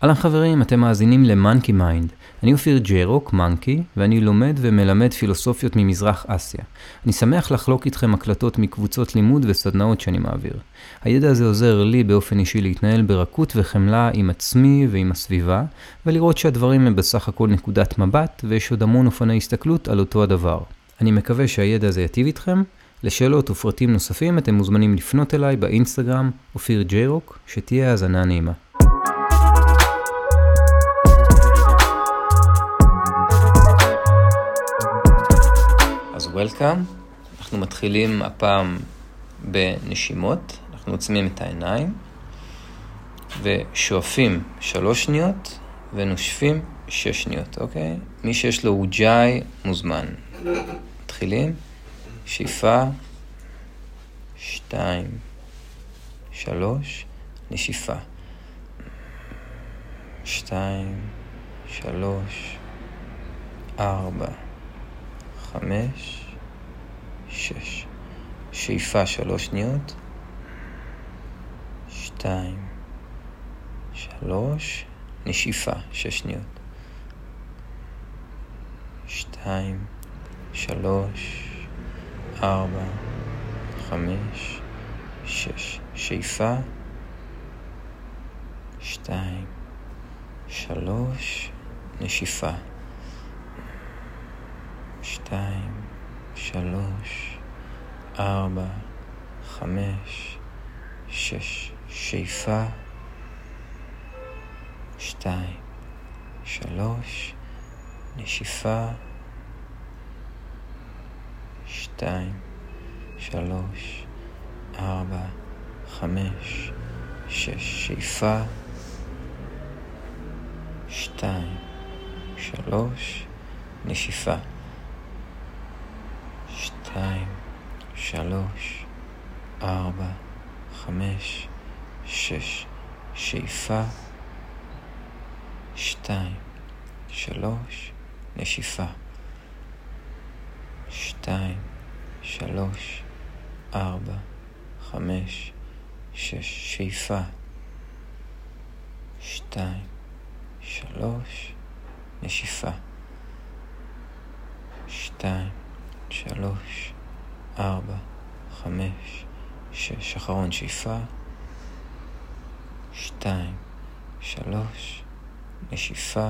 אהלן חברים, אתם מאזינים למאנקי מיינד. אני אופיר ג'ירוק, מאנקי, ואני לומד ומלמד פילוסופיות ממזרח אסיה. אני שמח לחלוק איתכם הקלטות מקבוצות לימוד וסדנאות שאני מעביר. הידע הזה עוזר לי באופן אישי להתנהל ברכות וחמלה עם עצמי ועם הסביבה, ולראות שהדברים הם בסך הכל נקודת מבט, ויש עוד המון אופני הסתכלות על אותו הדבר. אני מקווה שהידע הזה יטיב איתכם. לשאלות ופרטים נוספים אתם מוזמנים לפנות אליי באינסטגרם, אופיר ג'ירוק, שתהיה האזנה נעימה. אז וולקאם, אנחנו מתחילים הפעם בנשימות, אנחנו עוצמים את העיניים ושואפים 3 שניות ונושפים 6 שניות, אוקיי? מי שיש לו אוג'אי מוזמן. מתחילים, שאיפה, 2, 3, נשיפה, 2, 3, 4, 5, 6. שאיפה 3 שניות. 2, 3. נשיפה 6 שניות. 2, 3, 4, 5, 6. שאיפה 2, 3. נשיפה 2, 3, 4, 5, 6. שאיפה 2, 3. נשיפה 2, 3, 4, 5, 6. שאיפה 2, 3. נשיפה 2, 3, 4, 5, 6. שאיפה 2, 3. נשיפה 2, 3, 4, 5, 6. שאיפה 2, 3. נשיפה 2, 3, 4, 5, 6. אחרון, שאיפה 2, 3. נשיפה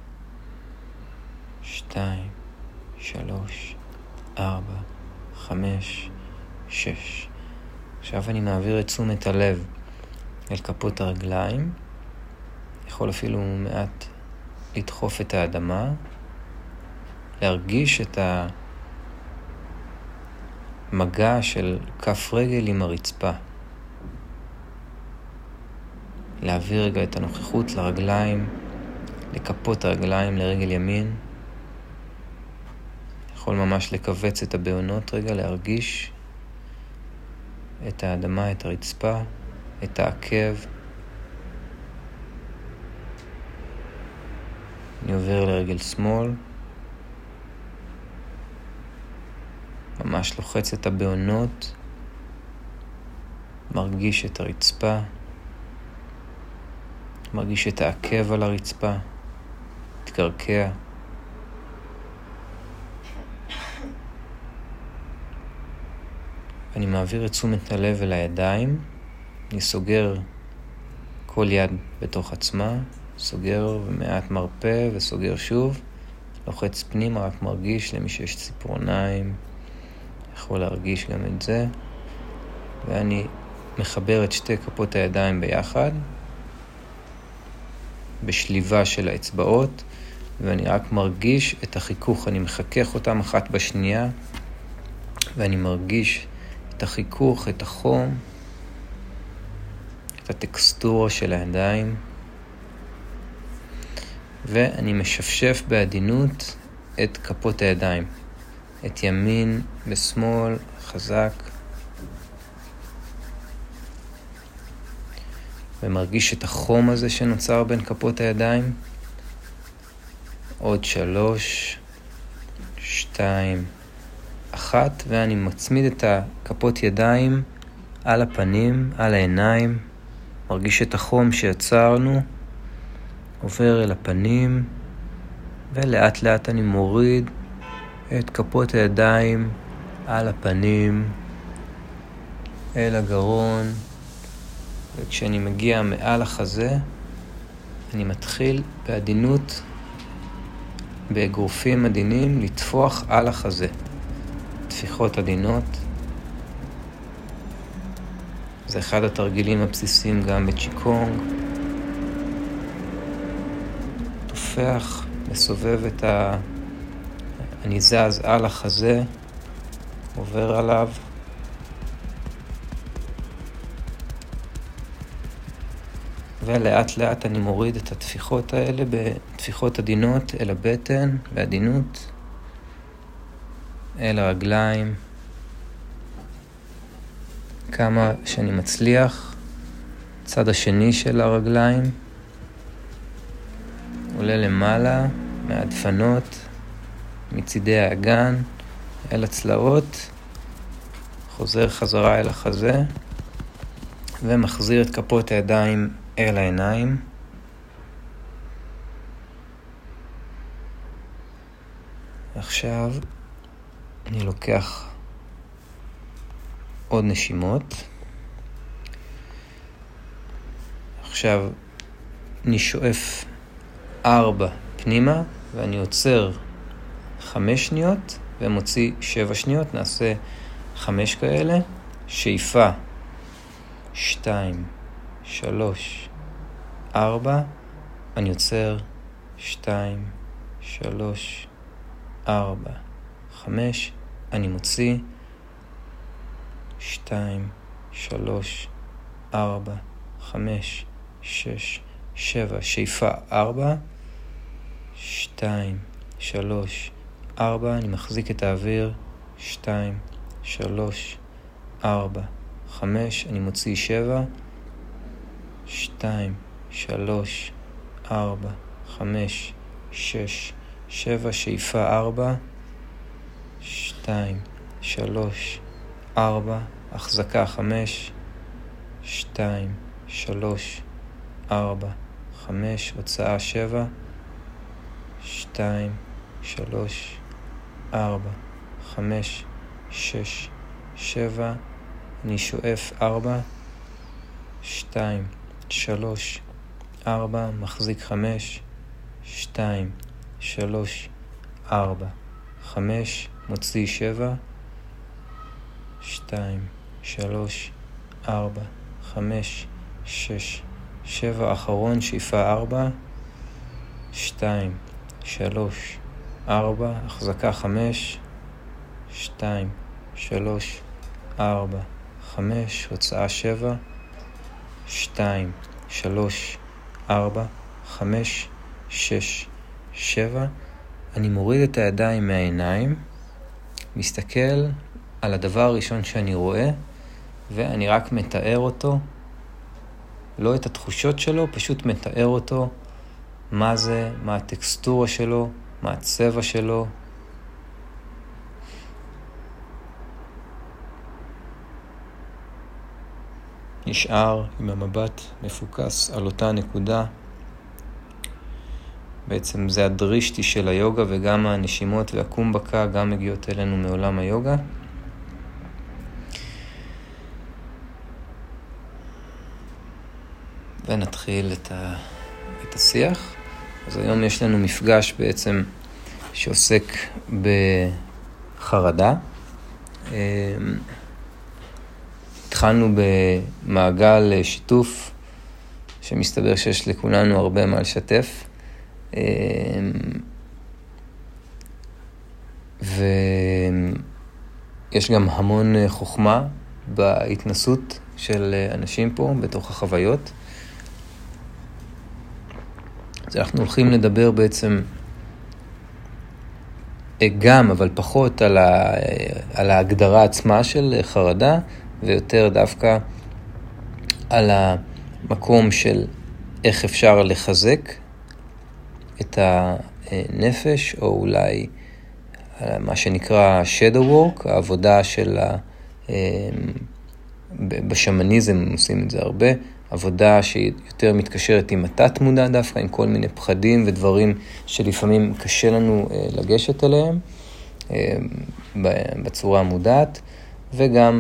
2, 3, 4, 5, 6. עכשיו אני מעביר את תשומת הלב אל כפות הרגליים. יכול אפילו מעט לדחוף את האדמה, להרגיש את המגע של כף רגל עם הרצפה. להעביר רגע את הנוכחות לרגליים, לכפות הרגליים, לרגל ימין. יכול ממש לקבץ את הבעונות רגע, להרגיש את האדמה, את הרצפה, את העקב. אני עובר לרגל שמאל. ממש לוחץ את הבעונות. מרגיש את הרצפה. מרגיש את העקב על הרצפה. תקרקע. אני מעביר את תשומת הלב אל הידיים. אני סוגר כל יד בתוך עצמה. סוגר ומעט מרפא וסוגר שוב. לוחץ פנימה, רק מרגיש. למי שיש ציפורניים יכול להרגיש גם את זה. ואני מחבר את שתי כפות הידיים ביחד. בשליבה של האצבעות. ואני רק מרגיש את החיכוך. אני מחכך אותם אחת בשנייה. ואני מרגיש את החיכוך, את החום, את הטקסטורה של הידיים. ואני משפשף בעדינות את כפות הידיים. את ימין ושמאל, חזק. ומרגיש את החום הזה שנוצר בין כפות הידיים. עוד 3, 2, 1, ואני מצמיד את הכפות ידיים על הפנים, על העיניים. מרגיש את החום שיצרנו, עובר אל הפנים, ולאט לאט אני מוריד את כפות הידיים על הפנים, אל הגרון, וכשאני מגיע מעל החזה, אני מתחיל בעדינות, באגרופים עדינים, לטפוח על החזה. טפיחות עדינות. זה אחד התרגילים הבסיסיים גם בצ'יקונג. טופח, מסובב את אני זז על החזה, עובר עליו. ולאט לאט אני מוריד את התפיחות האלה בתפיחות עדינות אל הבטן, בעדינות, אל הרגליים. כמה שאני מצליח, צד השני של הרגליים, עולה למעלה, מהדפנות, מצידי האגן, אל הצלעות, חוזר חזרה אל החזה, ומחזיר את כפות הידיים אל העיניים. עכשיו אני לוקח עוד נשימות. עכשיו אני שואף 4 פנימה, ואני עוצר 5 שניות ומוציא 7 שניות. נעשה 5 כאלה. שאיפה 2, 3, 4. אני עוצר 2, 3, 4, 5. אני מוציא 2, 3, 4, 5, 6, 7. שאיפה 4, 2, 3, 4. אני מחזיק את האוויר. 2, 3, 4, 5. אני מוציא 7. 2, 3, 4, 5, 6, 7. שאיפה 4, 2, 3, 4. החזקה 5, 2, 3, 4, 5. הוצאה 7, 2, 3, 4, 5, 6, 7. אני שואף 4, 2, 3, 4. מחזיק 5, 2, 3, 4, 5. מוציא 7, 2, 3, 4, 5, 6, 7. אחרון, שאיפה 4, 2, 3, 4. החזקה 5, 2, 3, 4, 5. הוצאה 7, 2, 3, 4, 5, 6, 7. אני מוריד את הידיים מהעיניים, מסתכל על הדבר הראשון שאני רואה, ואני רק מתאר אותו, לא את התחושות שלו, פשוט מתאר אותו, מה זה, מה הטקסטורה שלו, מה הצבע שלו. נשאר עם המבט מפוקס על אותה נקודה. בעצם זה הדרישתי של היוגה, וגם הנשימות והקומבקה גם מגיעות אלינו מעולם היוגה. ונתחיל את השיח. אז היום יש לנו מפגש בעצם שעוסק בחרדה. התחלנו במעגל שיתוף שמסתבר שיש לכולנו הרבה מה לשתף. ויש גם המון חוכמה בהתנסות של אנשים פה בתוך החוויות. אז אנחנו הולכים לדבר בעצם גם, אבל פחות על ההגדרה עצמה של חרדה, ויותר דווקא על המקום של איך אפשר לחזק את הנפש, או אולי מה שנקרא shadow work, העבודה של בשמניזם עושים את זה הרבה, עבודה שהיא יותר מתקשרת עם התת מודע דווקא, עם כל מיני פחדים ודברים שלפעמים קשה לנו לגשת אליהם בצורה המודעת, וגם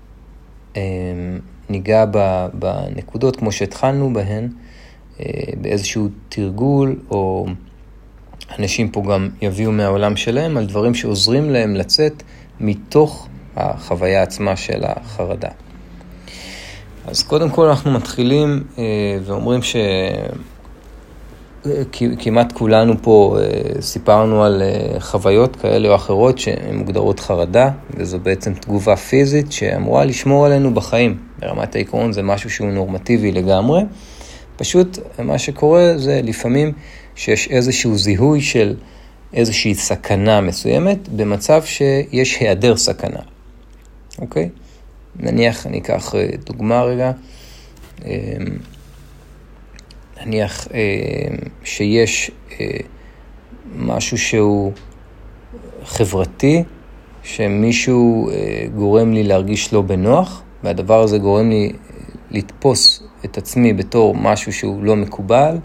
ניגע בנקודות כמו שהתחלנו בהן, באיזשהו תרגול, או אנשים פה גם יביאו מהעולם שלהם על דברים שעוזרים להם לצאת מתוך החוויה עצמה של החרדה. אז קודם כל אנחנו מתחילים ואומרים שכמעט כולנו פה סיפרנו על חוויות כאלה או אחרות שהן מוגדרות חרדה, וזו בעצם תגובה פיזית שאמורה לשמור עלינו בחיים. ברמת העיקרון זה משהו שהוא נורמטיבי לגמרי. פשוט מה שקורה זה לפעמים שיש איזשהו זיהוי של איזושהי סכנה מסוימת במצב שיש היעדר סכנה. אוקיי? נניח, אני אקח דוגמה רגע, נניח שיש משהו שהוא חברתי, שמישהו גורם לי להרגיש לא בנוח, והדבר הזה גורם לי לתפוס את עצמי בתור משהו שהוא לא מקובל,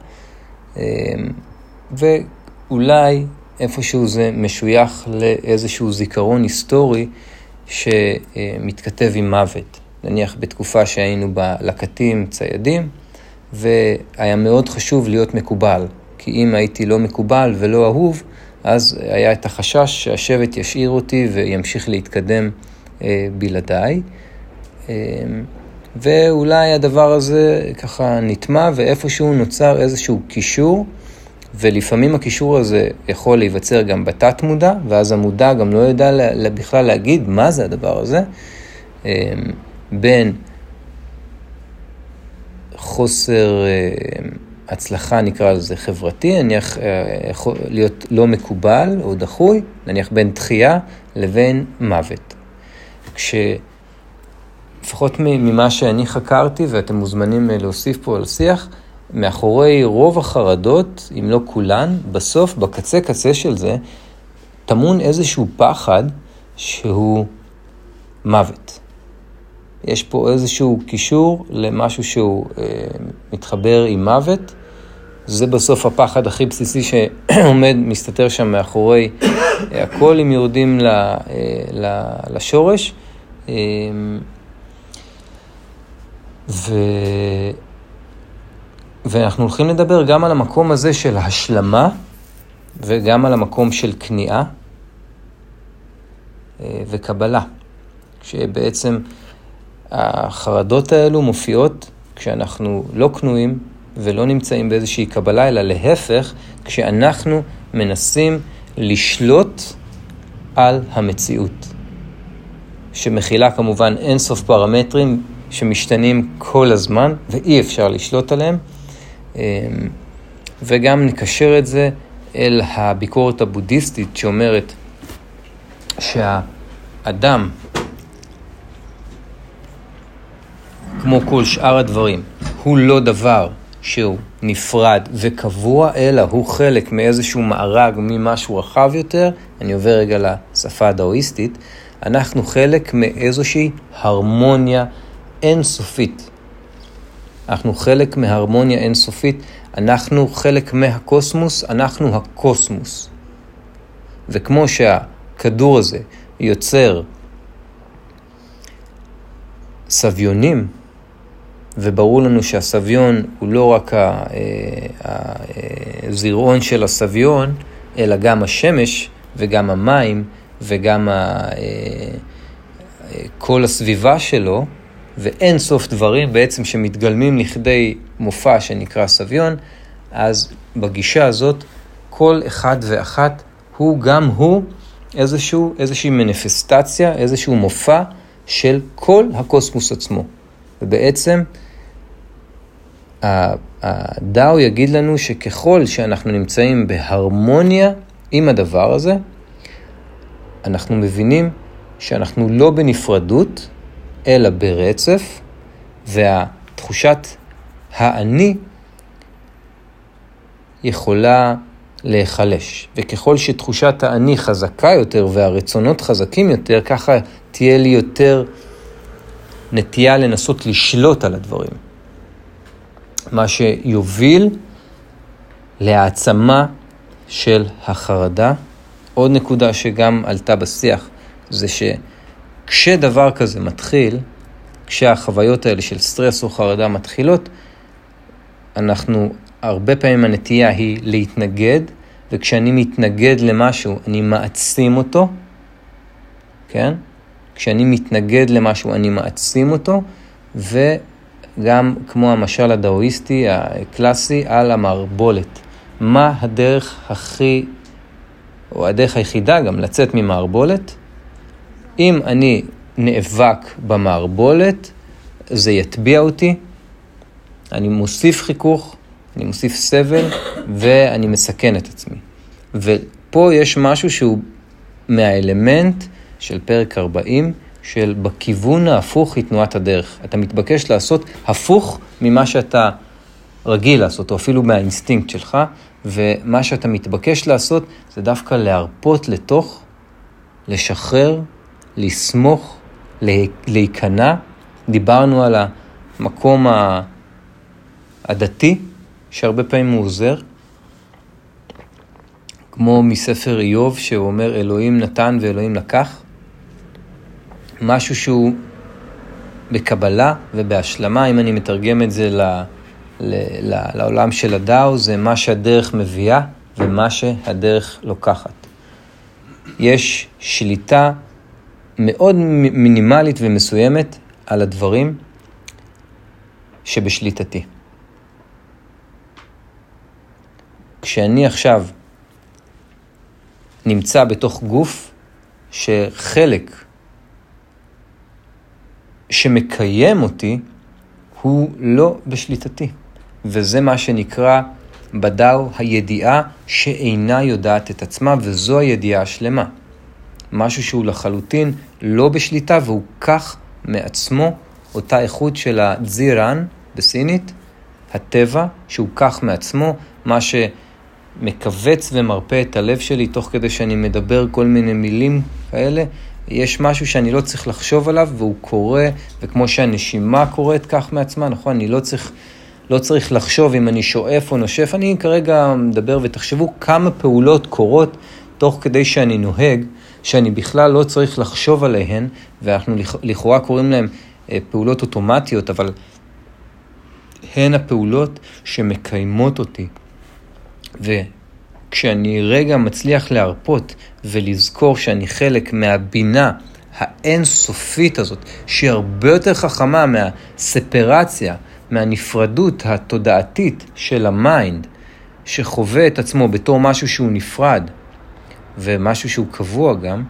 ואולי איפשהו זה משוייך לאיזשהו זיכרון היסטורי שמתכתב עם מוות. נניח בתקופה שהיינו בלקטים ציידים, והיה מאוד חשוב להיות מקובל, כי אם הייתי לא מקובל ולא אהוב, אז היה את החשש שהשבט ישאיר אותי וימשיך להתקדם בלעדיי. ואולי הדבר הזה ככה נטמע, ואיפשהו נוצר איזשהו קישור, ולפעמים הקישור הזה יכול להיווצר גם בתת מודע, ואז המודע גם לא יודע בכלל להגיד מה זה הדבר הזה, בין חוסר הצלחה נקרא לזה חברתי, נניח יכול להיות לא מקובל או דחוי, נניח בין דחייה לבין מוות. לפחות ממה שאני חקרתי, ואתם מוזמנים להוסיף פה על שיח, מאחורי רוב החרדות, אם לא כולן, בסוף, בקצה של זה, טמון איזשהו פחד שהוא מוות. יש פה איזשהו קישור למשהו שהוא מתחבר עם מוות. זה בסוף הפחד הכי בסיסי שעומד, מסתתר שם מאחורי הכל, אם יורדים לשורש. ואנחנו הולכים לדבר גם על המקום הזה של השלמה, וגם על המקום של כניעה וקבלה. שבעצם החרדות האלו מופיעות כשאנחנו לא כנועים ולא נמצאים באיזושהי קבלה, אלא להפך, כשאנחנו מנסים לשלוט על המציאות. שמכילה כמובן אינסוף פרמטרים שמשתנים כל הזמן, ואי אפשר לשלוט עליהם. וגם נקשר את זה אל הביקורת הבודהיסטית שאומרת שהאדם, כמו כל שאר הדברים, הוא לא דבר שהוא נפרד וקבוע, אלא הוא חלק מאיזשהו מארג, ממשהו רחב יותר. אני עובר רגע לשפה הדאואיסטית. אנחנו חלק מאיזושהי הרמוניה אינסופית. אנחנו חלק מהרמוניה אינסופית, אנחנו חלק מהקוסמוס, אנחנו הקוסמוס. וכמו שהכדור הזה יוצר סביונים, וברור לנו שהסביון הוא לא רק הזרעון של הסביון, אלא גם השמש וגם המים וגם כל הסביבה שלו, ואין סוף דברים בעצם שמתגלמים לכדי מופע שנקרא סביון. אז בגישה הזאת כל אחד ואחת הוא גם הוא איזושהי מניפסטציה, איזשהו מופע של כל הקוסמוס עצמו. ובעצם הדאו יגיד לנו שככל שאנחנו נמצאים בהרמוניה עם הדבר הזה, אנחנו מבינים שאנחנו לא בנפרדות, אלא ברצף, והתחושת האני יכולה להיחלש. וככל שתחושת האני חזקה יותר והרצונות חזקים יותר, ככה תהיה לי יותר נטייה לנסות לשלוט על הדברים. מה שיוביל להעצמה של החרדה. עוד נקודה שגם עלתה בשיח, זה שכשדבר כזה מתחיל, כשהחוויות האלה של סטרס או חרדה מתחילות, אנחנו, הרבה פעמים הנטייה היא להתנגד, וכשאני מתנגד למשהו, אני מעצים אותו, כן? כשאני מתנגד למשהו, אני מעצים אותו, וגם כמו המשל הדאואיסטי הקלאסי על המערבולת. מה הדרך או הדרך היחידה גם לצאת ממערבולת? אם אני נאבק במערבולת, זה יטביע אותי, אני מוסיף חיכוך, אני מוסיף סבל, ואני מסכן את עצמי. ופה יש משהו שהוא מהאלמנט של פרק 40, של בכיוון ההפוך היא תנועת הדרך. אתה מתבקש לעשות הפוך ממה שאתה רגיל לעשות, או אפילו מהאינסטינקט שלך, ומה שאתה מתבקש לעשות זה דווקא להרפות לתוך, לשחרר, לסמוך, להיכנע. דיברנו על המקום הדתי, שהרבה פעמים הוא עוזר, כמו מספר איוב, שהוא אומר אלוהים נתן ואלוהים לקח, משהו שהוא בקבלה ובהשלמה. אם אני מתרגם את זה לעולם של הדאו, זה מה שהדרך מביאה ומה שהדרך לוקחת. יש שליטה מאוד מינימלית ומסוימת על הדברים שבשליטתי. כשאני עכשיו נמצא בתוך גוף שחלק שמקיים אותי הוא לא בשליטתי. וזה מה שנקרא בדאו הידיעה שאינה יודעת את עצמה, וזו הידיעה השלמה. משהו שהוא לחלוטין לא בשליטה, והוא כך מעצמו, אותה איכות של הזירן בסינית, הטבע, שהוא כך מעצמו, מה שמקבץ ומרפא את הלב שלי, תוך כדי שאני מדבר כל מיני מילים כאלה, יש משהו שאני לא צריך לחשוב עליו, והוא קורה, וכמו שהנשימה קורית כך מעצמה, נכון? אני לא צריך לחשוב אם אני שואף או נושף, אני כרגע מדבר ותחשבו כמה פעולות קורות, תוך כדי שאני נוהג, שאני בכלל לא צריך לחשוב עליהן, ואנחנו לכאורה קוראים להן פעולות אוטומטיות, אבל הן הפעולות שמקיימות אותי. וכשאני רגע מצליח להרפות ולזכור שאני חלק מהבינה האינסופית הזאת, שהיא הרבה יותר חכמה מהספרציה, מהנפרדות התודעתית של המיינד, שחווה את עצמו בתור משהו שהוא נפרד, ומשהו שהוא קבוע גם,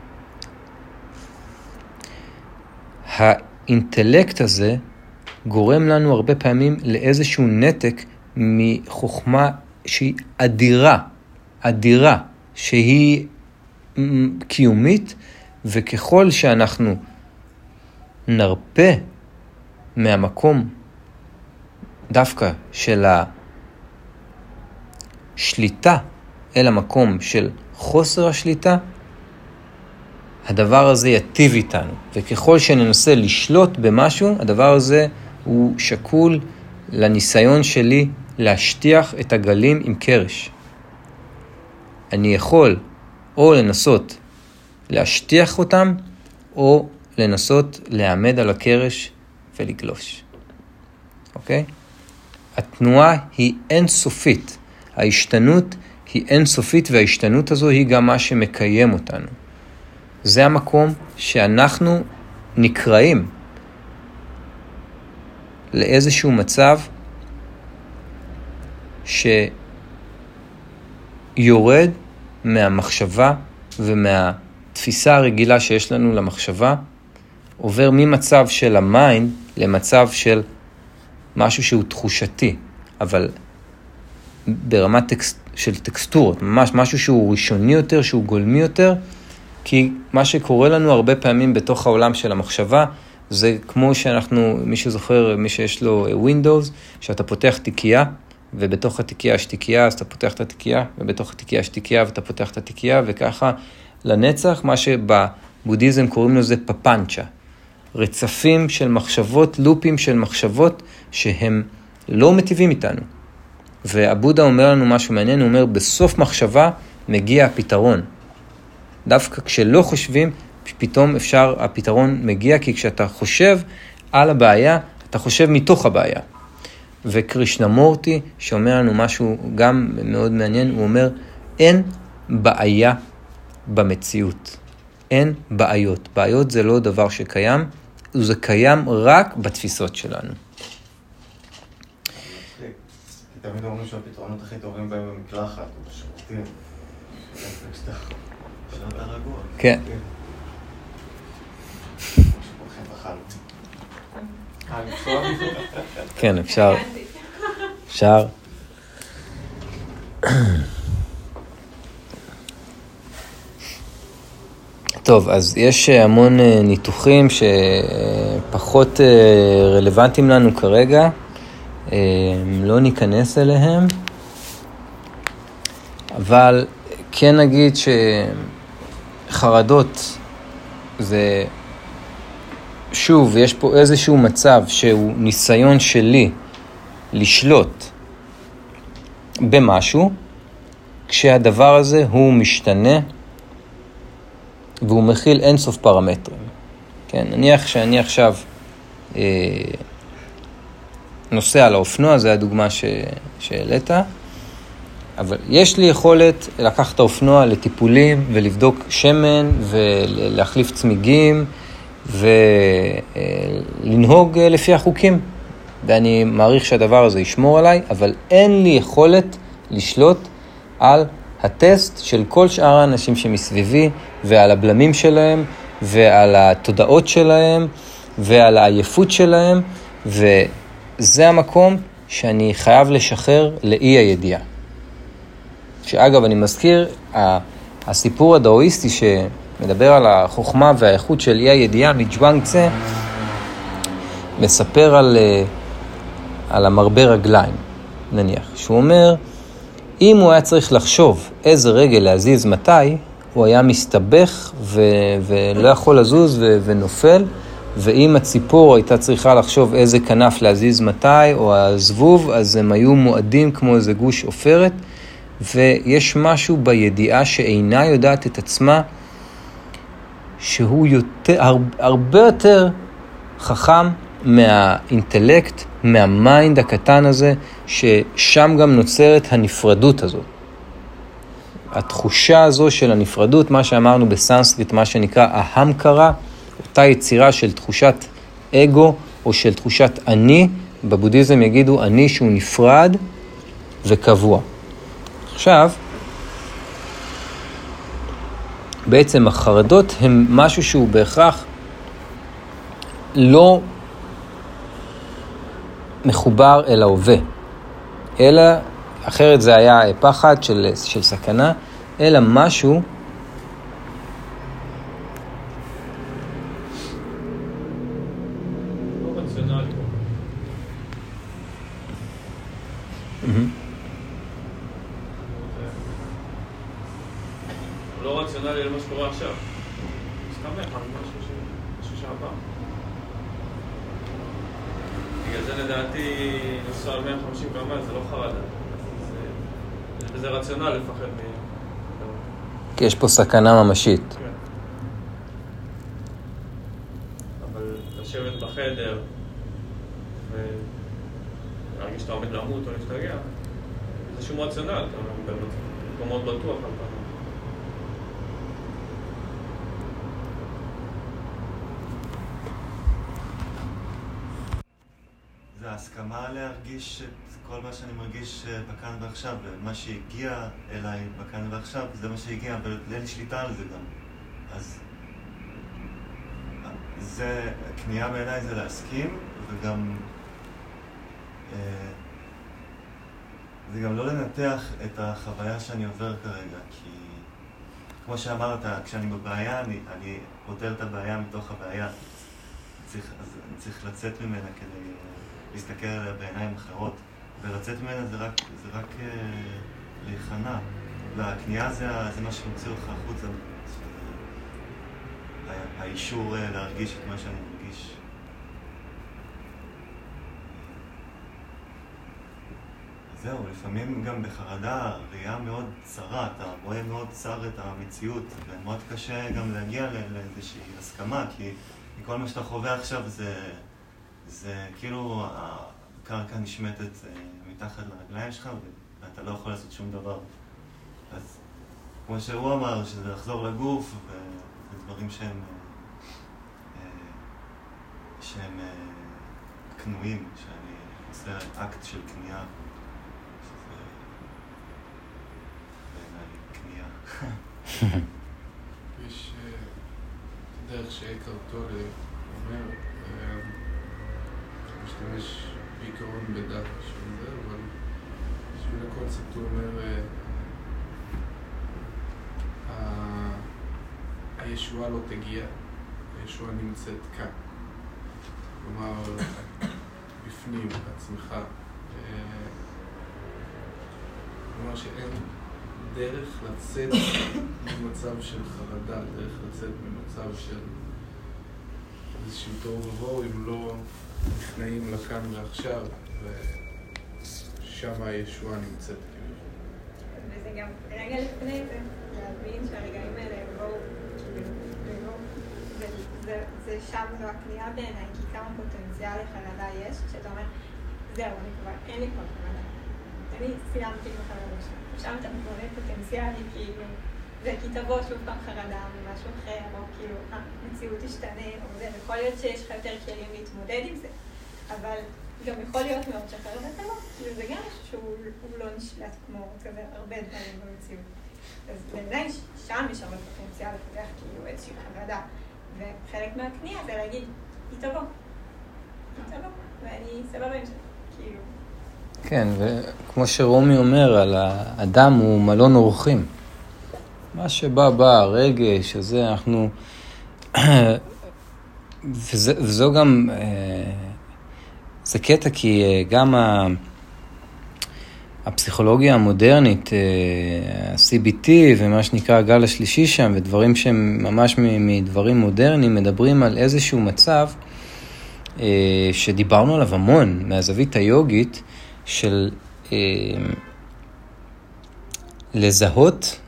האינטלקט הזה גורם לנו הרבה פעמים לאיזשהו נתק מחוכמה שהיא אדירה, שהיא קיומית, וככל שאנחנו נרפה מהמקום דווקא של השליטה אל המקום של חוסר השליטה, הדבר הזה יטיב איתנו. וככל שננסה לשלוט במשהו, הדבר הזה הוא שקול לניסיון שלי להשטיח את הגלים עם קרש. אני יכול או לנסות להשטיח אותם, או לנסות לעמד על הקרש ולגלוש. אוקיי? התנועה היא אינסופית. ההשתנות היא אינסופית, וההשתנות הזו היא גם מה שמקיים אותנו. זה המקום שאנחנו נקראים לאיזשהו מצב שיורד מהמחשבה ומהתפיסה הרגילה שיש לנו למחשבה, עובר ממצב של המיינד למצב של משהו שהוא תחושתי, אבל ברמת של טקסטורות, ממש משהו שהוא ראשוני יותר, שהוא גולמי יותר, כי מה שקורה לנו הרבה פעמים בתוך העולם של המחשבה, זה כמו שאנחנו, מי שזוכר, מי שיש לו Windows, שאתה פותח תיקייה, ובתוך התיקייה יש תיקייה, אז אתה פותח את התיקייה, ובתוך התיקייה יש תיקייה, ואתה פותח את התיקייה, וככה לנצח, מה שבבודהיזם קוראים לזה פפנצ'ה. רצפים של מחשבות, לופים של מחשבות, שהם לא מטיבים איתנו. והבודה אומר לנו משהו מעניין, הוא אומר, בסוף מחשבה מגיע הפתרון. דווקא כשלא חושבים, פתאום הפתרון מגיע, כי כשאתה חושב על הבעיה, אתה חושב מתוך הבעיה. וקרישנמורטי, שאומר לנו משהו גם מאוד מעניין, הוא אומר, אין בעיה במציאות. אין בעיות. בעיות זה לא דבר שקיים, וזה קיים רק בתפיסות שלנו. תמיד אומרים שהפתרונות הכי טובים בהם במקלחת, או בשירותים. שאתה רגוע. כן. כן, אפשר. אפשר. טוב, אז יש המון ניתוחים שפחות רלוונטיים לנו כרגע. לא ניכנס אליהם. אבל כן נגיד שחרדות זה, שוב, יש פה איזשהו מצב שהוא ניסיון שלי לשלוט במשהו, כשהדבר הזה הוא משתנה והוא מכיל אינסוף פרמטרים. כן, נניח שאני עכשיו נוסע על האופנוע, זה הדוגמה שהעלית, אבל יש לי יכולת לקחת את האופנוע לטיפולים ולבדוק שמן ולהחליף צמיגים ולנהוג לפי החוקים. ואני מעריך שהדבר הזה ישמור עליי, אבל אין לי יכולת לשלוט על הטסט של כל שאר האנשים שמסביבי ועל הבלמים שלהם ועל התודעות שלהם ועל העייפות שלהם, וזה המקום שאני חייב לשחרר לאי הידיעה. שאגב, אני מזכיר, הסיפור הדאואיסטי שמדבר על החוכמה והאיכות של אי הידיעה, מג'ואנג צה, מספר על המרבה רגליים, נניח. שהוא אומר, אם הוא היה צריך לחשוב איזה רגל להזיז מתי, הוא היה מסתבך ולא יכול לזוז ונופל, ואם הציפור הייתה צריכה לחשוב איזה כנף להזיז מתי, או הזבוב, אז הם היו מועדים כמו איזה גוש עופרת, ויש משהו בידיעה שאינה יודעת את עצמה, שהוא הרבה יותר חכם מהאינטלקט, מהמיינד הקטן הזה, ששם גם נוצרת הנפרדות הזו. התחושה הזו של הנפרדות, מה שאמרנו בסנסקריט, מה שנקרא ההמקרה, אותה יצירה של תחושת אגו או של תחושת אני, בבודהיזם יגידו אני שהוא נפרד וקבוע. עכשיו, בעצם החרדות הם משהו שהוא בהכרח לא מחובר אל ההווה, אלא, אחרת זה היה פחד של סכנה, אלא משהו לא רציונלי. לא רציונלי למה שקורה עכשיו. מסתמך על משהו שעבר. בגלל זה לדעתי נוסע על 150 קמ"ש, זה לא חרדה. זה רציונל לפחד כי יש פה סכנה ממשית. כן. אבל לשבת בחדר ולהרגיש שאתה עומד למות או להשתגע, זה שום רציונל, אתה במקומות בטוח על פעם. זה ההסכמה להרגיש את כל מה שאני מרגיש בכאן ועכשיו, ומה שהגיע אליי בכאן ועכשיו, זה מה שהגיע, אבל אין לי שליטה על זה גם. אז זה, קנייה בעיניי זה להסכים, וגם זה גם לא לנתח את החוויה שאני עובר כרגע, כי כמו שאמרת, כשאני בבעיה, אני פותר את הבעיה מתוך הבעיה. אז אני צריך לצאת ממנה כדי להסתכל עליה בעיניים אחרות, ולצאת ממנה זה רק להיכנע. והקנייה זה מה שמוציא אותך החוצה, האישור להרגיש את מה שאני מרגיש. זהו, לפעמים גם בחרדה, ראייה מאוד צרה, אתה רואה מאוד צר את המציאות, ומאוד קשה גם להגיע לאיזושהי הסכמה, כי כל מה שאתה חווה עכשיו זה כאילו הקרקע נשמטת מתחת לרגליים שלך, ואתה לא יכול לעשות שום דבר. אז כמו שהוא אמר, שזה לחזור לגוף, ודברים שהם קנויים, שאני עושה אקט של קנייה. יש דרך שאקהרט טולה אומר, משתמש בעיקרון בדאטה של זה, אבל בשביל הקונספט הוא אומר, הישועה לא תגיע, הישועה נמצאת כאן. כלומר, בפנים, בעצמך. כלומר שאין דרך לצאת ממצב של חרדה, דרך לצאת ממצב של איזשהו תוהו ובוהו, אם לא נכנעים לכאן ועכשיו, ושם הישועה נמצאת. וזה גם רגע לפני זה, להבין שהרגעים האלה יבואו, זה שם זו הקנייה בעיניי, כי כמה פוטנציאל לחרדה יש, שאתה אומר, זהו, אני כבר, אין לי כבר חרדה. אני סיימתי בחרדה שם. שם אתה מתבונן פוטנציאלי, כאילו, וכי תבוא שוב פעם חרדה ממשהו אחר, או כאילו, המציאות תשתנה, או זה, יכול להיות שיש לך יותר כלים להתמודד עם זה, אבל גם יכול להיות מאוד שחרדה תבוא, כאילו זה גם משהו שהוא לא נשלט כמו כזה הרבה דברים במציאות. אז בעיניי שם יש הרבה פוטנציאל לפתח כאילו איזושהי חרדה, וחלק מהקנייה זה להגיד, היא תבוא, ואני סבבה עם זה, כאילו. כן, וכמו שרומי אומר, על האדם הוא מלון אורחים. מה שבא, הרגש, הזה, אנחנו... וזו גם... זה קטע, כי גם הפסיכולוגיה המודרנית, ה-CBT ומה שנקרא הגל השלישי שם, ודברים שהם ממש מדברים מודרניים, מדברים על איזשהו מצב שדיברנו עליו המון, מהזווית היוגית, של לזהות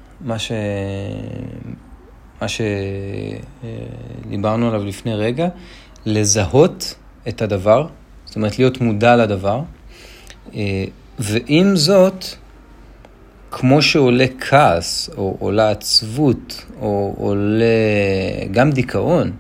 מה שדיברנו עליו לפני רגע, לזהות את הדבר, זאת אומרת להיות מודע לדבר, ועם זאת, כמו שעולה כעס, או עולה עצבות, או עולה גם דיכאון,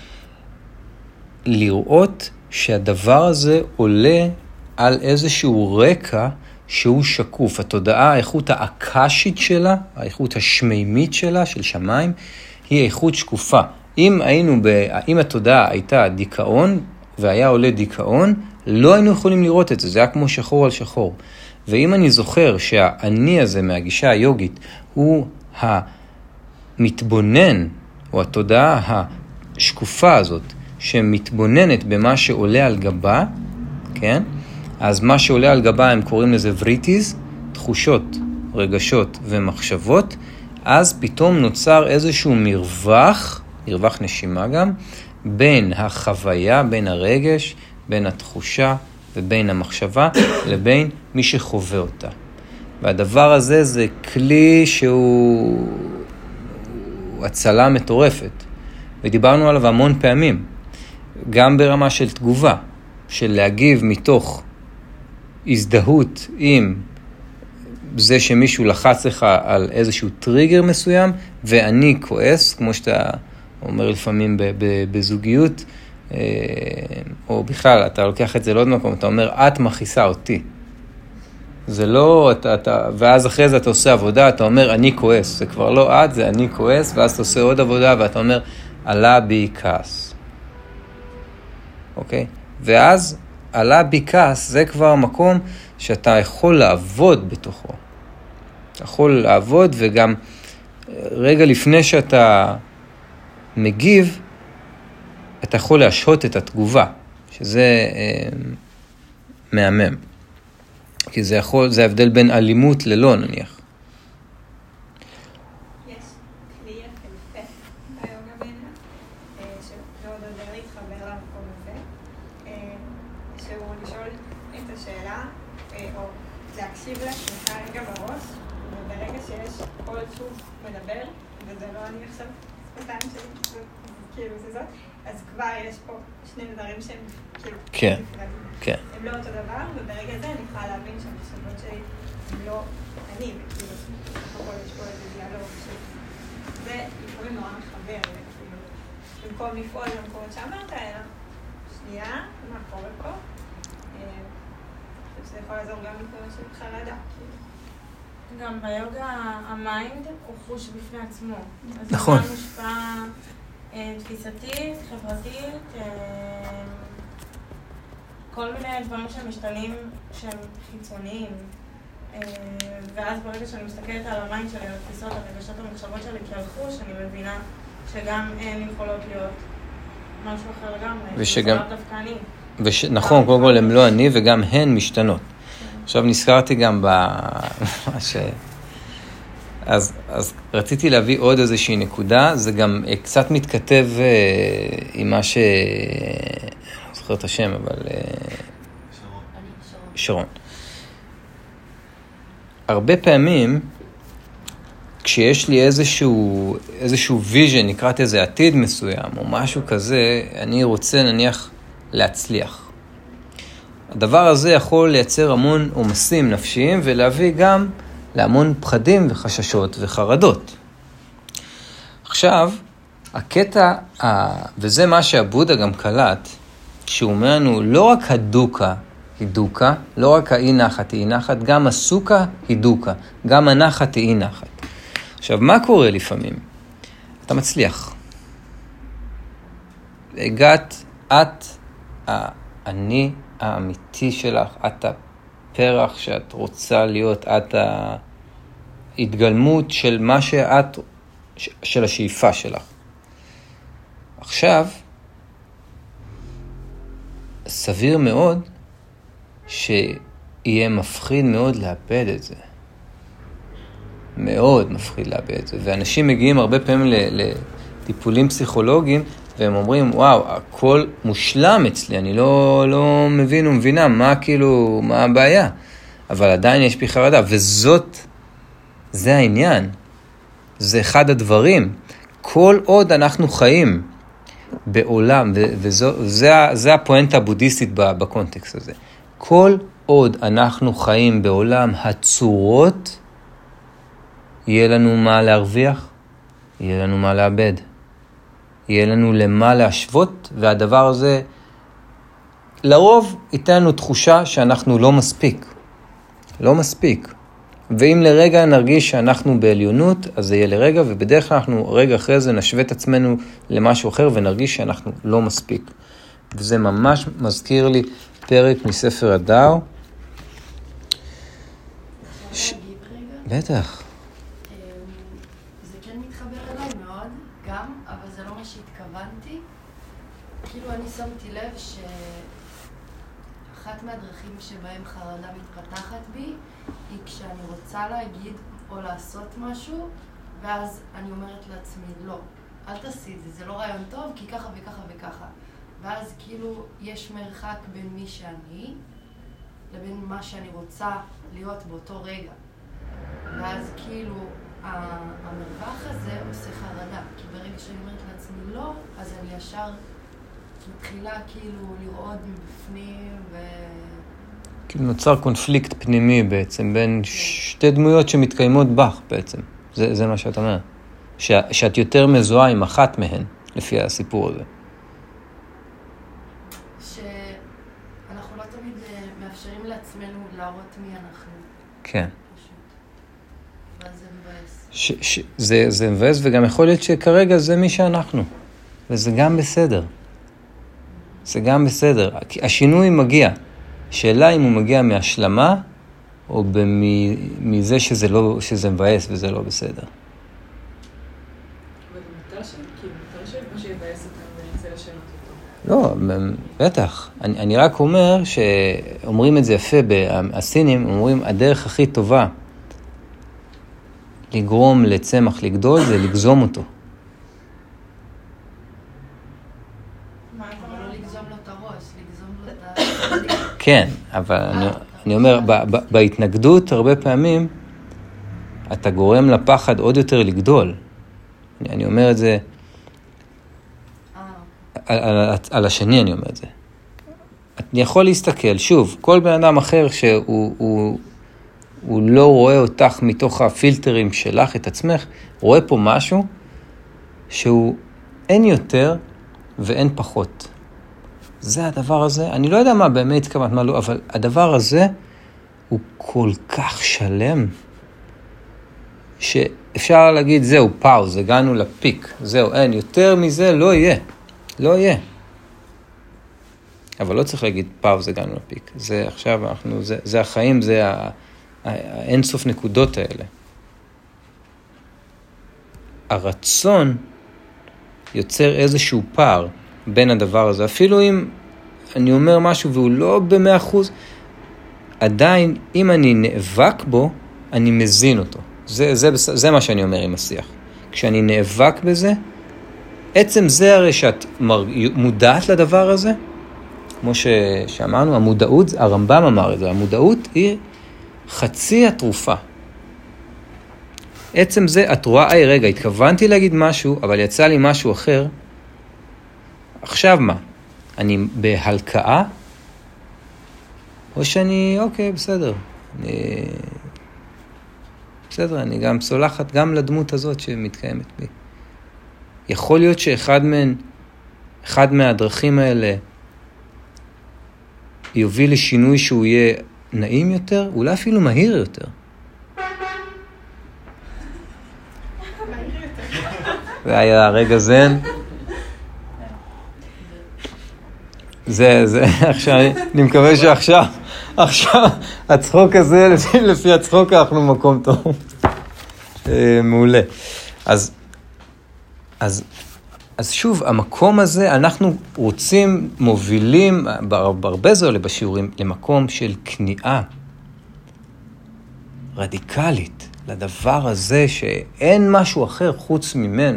לראות שהדבר הזה עולה על איזשהו רקע שהוא שקוף. התודעה, האיכות האקשית שלה, האיכות השמימית שלה, של שמיים, היא איכות שקופה. אם התודעה הייתה דיכאון, והיה עולה דיכאון, לא היינו יכולים לראות את זה. זה היה כמו שחור על שחור. ואם אני זוכר שהאני הזה מהגישה היוגית, הוא המתבונן, או התודעה השקופה הזאת, שמתבוננת במה שעולה על גבה, כן? אז מה שעולה על גבה הם קוראים לזה וריטיז, תחושות, רגשות ומחשבות, אז פתאום נוצר איזשהו מרווח נשימה גם, בין החוויה, בין הרגש, בין התחושה ובין המחשבה, לבין מי שחווה אותה. והדבר הזה זה כלי שהוא הצלה מטורפת, ודיברנו עליו המון פעמים, גם ברמה של תגובה, של להגיב מתוך הזדהות עם זה שמישהו לחץ לך על איזשהו טריגר מסוים, ואני כועס, כמו שאתה אומר לפעמים בזוגיות, או בכלל, אתה לוקח את זה לעוד מקום, אתה אומר, את מכעיסה אותי. זה לא, ואז אחרי זה אתה עושה עבודה, אתה אומר, אני כועס. זה כבר לא את, זה אני כועס, ואז אתה עושה עוד עבודה, ואתה אומר, עלה בי כעס. אוקיי? ואז עלה בי כעס, זה כבר מקום שאתה יכול לעבוד בתוכו. אתה יכול לעבוד, וגם רגע לפני שאתה מגיב, אתה יכול להשהות את התגובה, שזה מהמם. כי זה ההבדל בין אלימות ללא, נניח. יש כלי יפהפה ביוגה בעיניי, שמאוד עוזר להתחבר למקום הזה, שהוא לשאול את השאלה, או להקשיב הקול שוב מדבר, וזה לא אני עכשיו שפתיים שלי, כאילו זה זאת, אז כבר יש פה שני דברים שהם כאילו נפרדים. כן. הם לא אותו דבר, וברגע זה אני יכולה להבין שהמחשבות שלי הם לא אני, וכאילו, הכל יש פה איזה דיאלוג זה לפעמים נורא מחבר, כאילו, במקום לפעול במקומות שאמרת, אלא שנייה, מה קורה פה? שזה יכול לעזור גם במקומות של חרדה. גם ביוגה המיינד הוא חוש בפני עצמו. נכון. אז זה גם מושפע תפיסתית, חברתית, כל מיני דברים שמשתנים שהם חיצוניים. ואז ברגע שאני מסתכלת על המיינד שלי, על התפיסות, על הרגשות המחשבות שלי כחוש, אני מבינה שגם הן יכולות להיות משהו אחר לגמרי. ושגם... דווקא אני. נכון, קודם כל הם לא אני וגם הן משתנות. עכשיו נזכרתי גם אז רציתי להביא עוד איזושהי נקודה, זה גם קצת מתכתב עם מה אני לא זוכר את השם, אבל... שרון. הרבה פעמים, כשיש לי איזשהו ויז'ן, נקראת איזה עתיד מסוים, או משהו כזה, אני רוצה נניח להצליח. הדבר הזה יכול לייצר המון עומסים נפשיים, ולהביא גם להמון פחדים וחששות וחרדות. עכשיו, הקטע, וזה מה שהבודה גם קלט, שהוא אומר לנו, לא רק הדוקה היא דוקה, לא רק האי נחת היא נחת, גם הסוכה היא דוקה, גם הנחת היא נחת. עכשיו, מה קורה לפעמים? אתה מצליח. הגעת, את אני האמיתי שלך, את הפרח שאת רוצה להיות, את ההתגלמות של מה שאת, של השאיפה שלך. עכשיו, סביר מאוד שיהיה מפחיד מאוד לאבד את זה. מאוד מפחיד לאבד את זה. ואנשים מגיעים הרבה פעמים לטיפולים פסיכולוגיים, והם אומרים, וואו, הכל מושלם אצלי, אני לא מבין ומבינה מה כאילו, מה הבעיה. אבל עדיין יש בי חרדה, זה העניין. זה אחד כל עוד אנחנו חיים בעולם, וזה הפואנטה הבודהיסטית בקונטקסט הזה. כל עוד אנחנו חיים בעולם הצורות, יהיה לנו מה להרוויח, יהיה לנו מה לאבד. יהיה לנו למה להשוות, והדבר הזה לרוב ייתן לנו תחושה שאנחנו לא מספיק. לא מספיק. ואם לרגע נרגיש שאנחנו בעליונות, אז זה יהיה לרגע, ובדרך כלל אנחנו רגע אחרי זה נשווה את עצמנו למשהו אחר, ונרגיש שאנחנו לא מספיק. וזה ממש מזכיר לי פרק מספר הדאו. בטח. זה כן מתחבר אליי מאוד, גם, אבל זה לא מה שהתכוונתי. כאילו אני שמתי לב שאחת מהדרכים שבהם חרדה מתפתחת בי, היא כשאני רוצה להגיד או לעשות משהו, ואז אני אומרת לעצמי, לא, אל תעשי את זה, זה לא רעיון טוב, כי ככה וככה וככה. ואז כאילו יש מרחק בין מי שאני, לבין מה שאני רוצה להיות באותו רגע. ואז כאילו המרווח הזה עושה חרדה, כי ברגע שאני אומרת לעצמי לא, אז אני ישר מתחילה כאילו לראות מבפנים כאילו נוצר קונפליקט פנימי בעצם, בין שתי דמויות שמתקיימות בך בעצם. זה מה שאת אומרת. שאת יותר מזוהה עם אחת מהן, לפי הסיפור הזה. שאנחנו לא תמיד מאפשרים לעצמנו להראות מי אנחנו. כן. ואז זה מבאס. זה מבאס, וגם יכול להיות שכרגע זה מי שאנחנו. וזה גם בסדר. זה גם בסדר. השינוי מגיע. שאלה אם הוא מגיע מהשלמה, או מזה שזה מבאס וזה לא בסדר. אבל מותר שמה שיבאס אותם ונצא לשנות אותו. לא, בטח. אני רק אומר שאומרים את זה יפה, הסינים אומרים, הדרך הכי טובה לגרום לצמח לגדול זה לגזום אותו. כן, אבל אני אומר, בהתנגדות הרבה פעמים אתה גורם לפחד עוד יותר לגדול. אני אומר את זה, על השני אני אומר את זה. אני יכול להסתכל, שוב, כל בן אדם אחר שהוא לא רואה אותך מתוך הפילטרים שלך, את עצמך, רואה פה משהו שהוא אין יותר ואין פחות. זה הדבר הזה, אני לא יודע מה באמת התכוונת, מה לא, אבל הדבר הזה הוא כל כך שלם, שאפשר להגיד, זהו, פאוז, הגענו לפיק, זהו, אין, יותר מזה לא יהיה, לא יהיה. אבל לא צריך להגיד, פאוז, הגענו לפיק. זה עכשיו, זה החיים, זה האינסוף נקודות האלה. הרצון יוצר איזשהו פער בין הדבר הזה. אפילו אם אני אומר משהו והוא לא ב100%, עדיין, אם אני נאבק בו, אני מזין אותו. זה מה שאני אומר עם השיח. כשאני נאבק בזה, עצם זה הרי שאת מודעת לדבר הזה, כמו שאמרנו, המודעות, הרמב"ם אמר את זה, המודעות היא חצי התרופה. עצם זה, את רואה, רגע, התכוונתי להגיד משהו, אבל יצא לי משהו אחר. עכשיו מה? אני בהלקאה? או שאני, אוקיי, בסדר. בסדר, אני גם סולחת גם לדמות הזאת שמתקיימת בי. יכול להיות שאחד מהדרכים האלה יוביל לשינוי שהוא יהיה נעים יותר, אולי אפילו מהיר יותר. זה היה הרגע זן. זה, עכשיו, אני מקווה שעכשיו, הצחוק הזה, לפי הצחוק אנחנו מקום טוב. מעולה. אז שוב, המקום הזה, אנחנו רוצים, מובילים, בהרבה זו בשיעורים, למקום של כניעה רדיקלית, לדבר הזה שאין משהו אחר חוץ ממנו.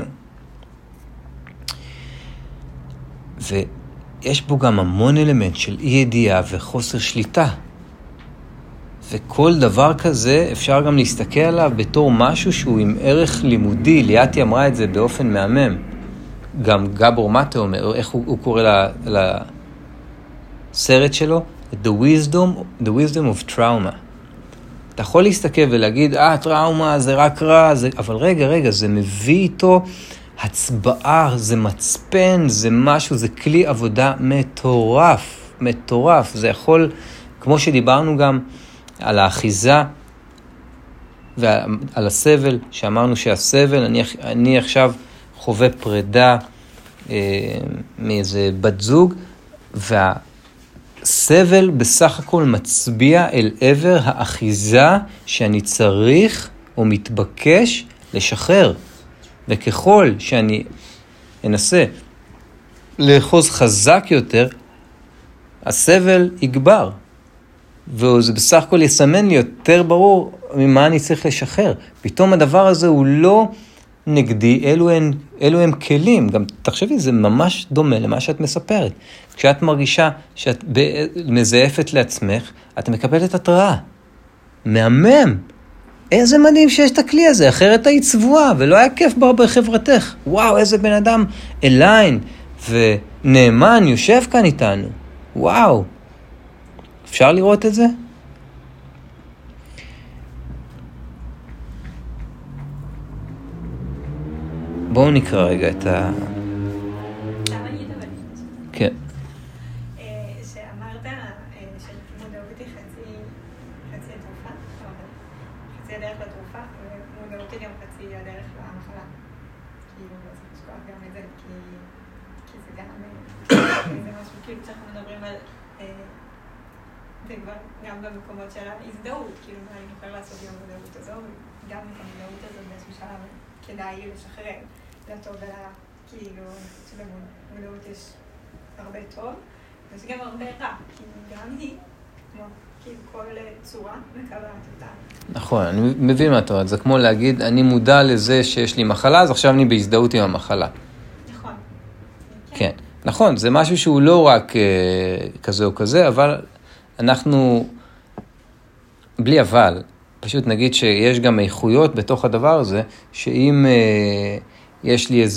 ויש בו גם המון אלמנט של אי ידיעה וחוסר שליטה. וכל דבר כזה אפשר גם להסתכל עליו בתור משהו שהוא עם ערך לימודי. ליאתי אמרה את זה באופן מהמם. גם גבור מטה אומר, איך הוא קורא לסרט שלו? The wisdom of trauma. אתה יכול להסתכל ולהגיד, טראומה זה רק רע, אבל רגע, זה מביא איתו הצבעה, זה מצפן, זה משהו, זה כלי עבודה מטורף. זה יכול, כמו שדיברנו גם על האחיזה ועל הסבל, שאמרנו שהסבל, אני עכשיו חווה פרידה מאיזה בת זוג, והסבל בסך הכל מצביע אל עבר האחיזה שאני צריך או מתבקש לשחרר. וככל שאני אנסה לאחוז חזק יותר, הסבל יגבר. וזה בסך הכל יסמן לי יותר ברור ממה אני צריך לשחרר. פתאום הדבר הזה הוא לא נגדי, אלו הם כלים. גם תחשבי, זה ממש דומה למה שאת מספרת. כשאת מרגישה שאת מזייפת לעצמך, את מקבלת התראה. מהמם. איזה מדהים שיש את הכלי הזה, אחרת היית צבועה, ולא היה כיף בחברתך. וואו, איזה בן אדם אליין ונאמן יושב כאן איתנו. וואו. אפשר לראות את זה? בואו נקרא רגע את ה... כן. שאמרת שמודעות היא חצי התרופה, חצי הדרך לתרופה, ומודעות היא גם חצי הדרך למחלה. כאילו, צריך לשכוח גם את זה, כי זה גם... זה משהו, כאילו, כשאנחנו מדברים על... זה כבר גם במקומות של ההזדהות, כאילו, מה אני יכולה לעשות עם המודעות הזו, וגם את המודעות הזאת באיזשהו שלב כדאי לשחרר לטוב ולרע. כאילו, שבמודעות יש הרבה טוב, ויש גם הרבה רע, כאילו, גם היא, כמו, כאילו, כל צורה מקבלת אותה. נכון, אני מבין מה אתה אומר, זה כמו להגיד, אני מודע לזה שיש לי מחלה, אז עכשיו אני בהזדהות עם המחלה. נכון. כן, נכון, זה משהו שהוא לא רק כזה או כזה, אבל אנחנו, בלי אבל, פשוט נגיד שיש גם איכויות בתוך הדבר הזה, שאם יש לי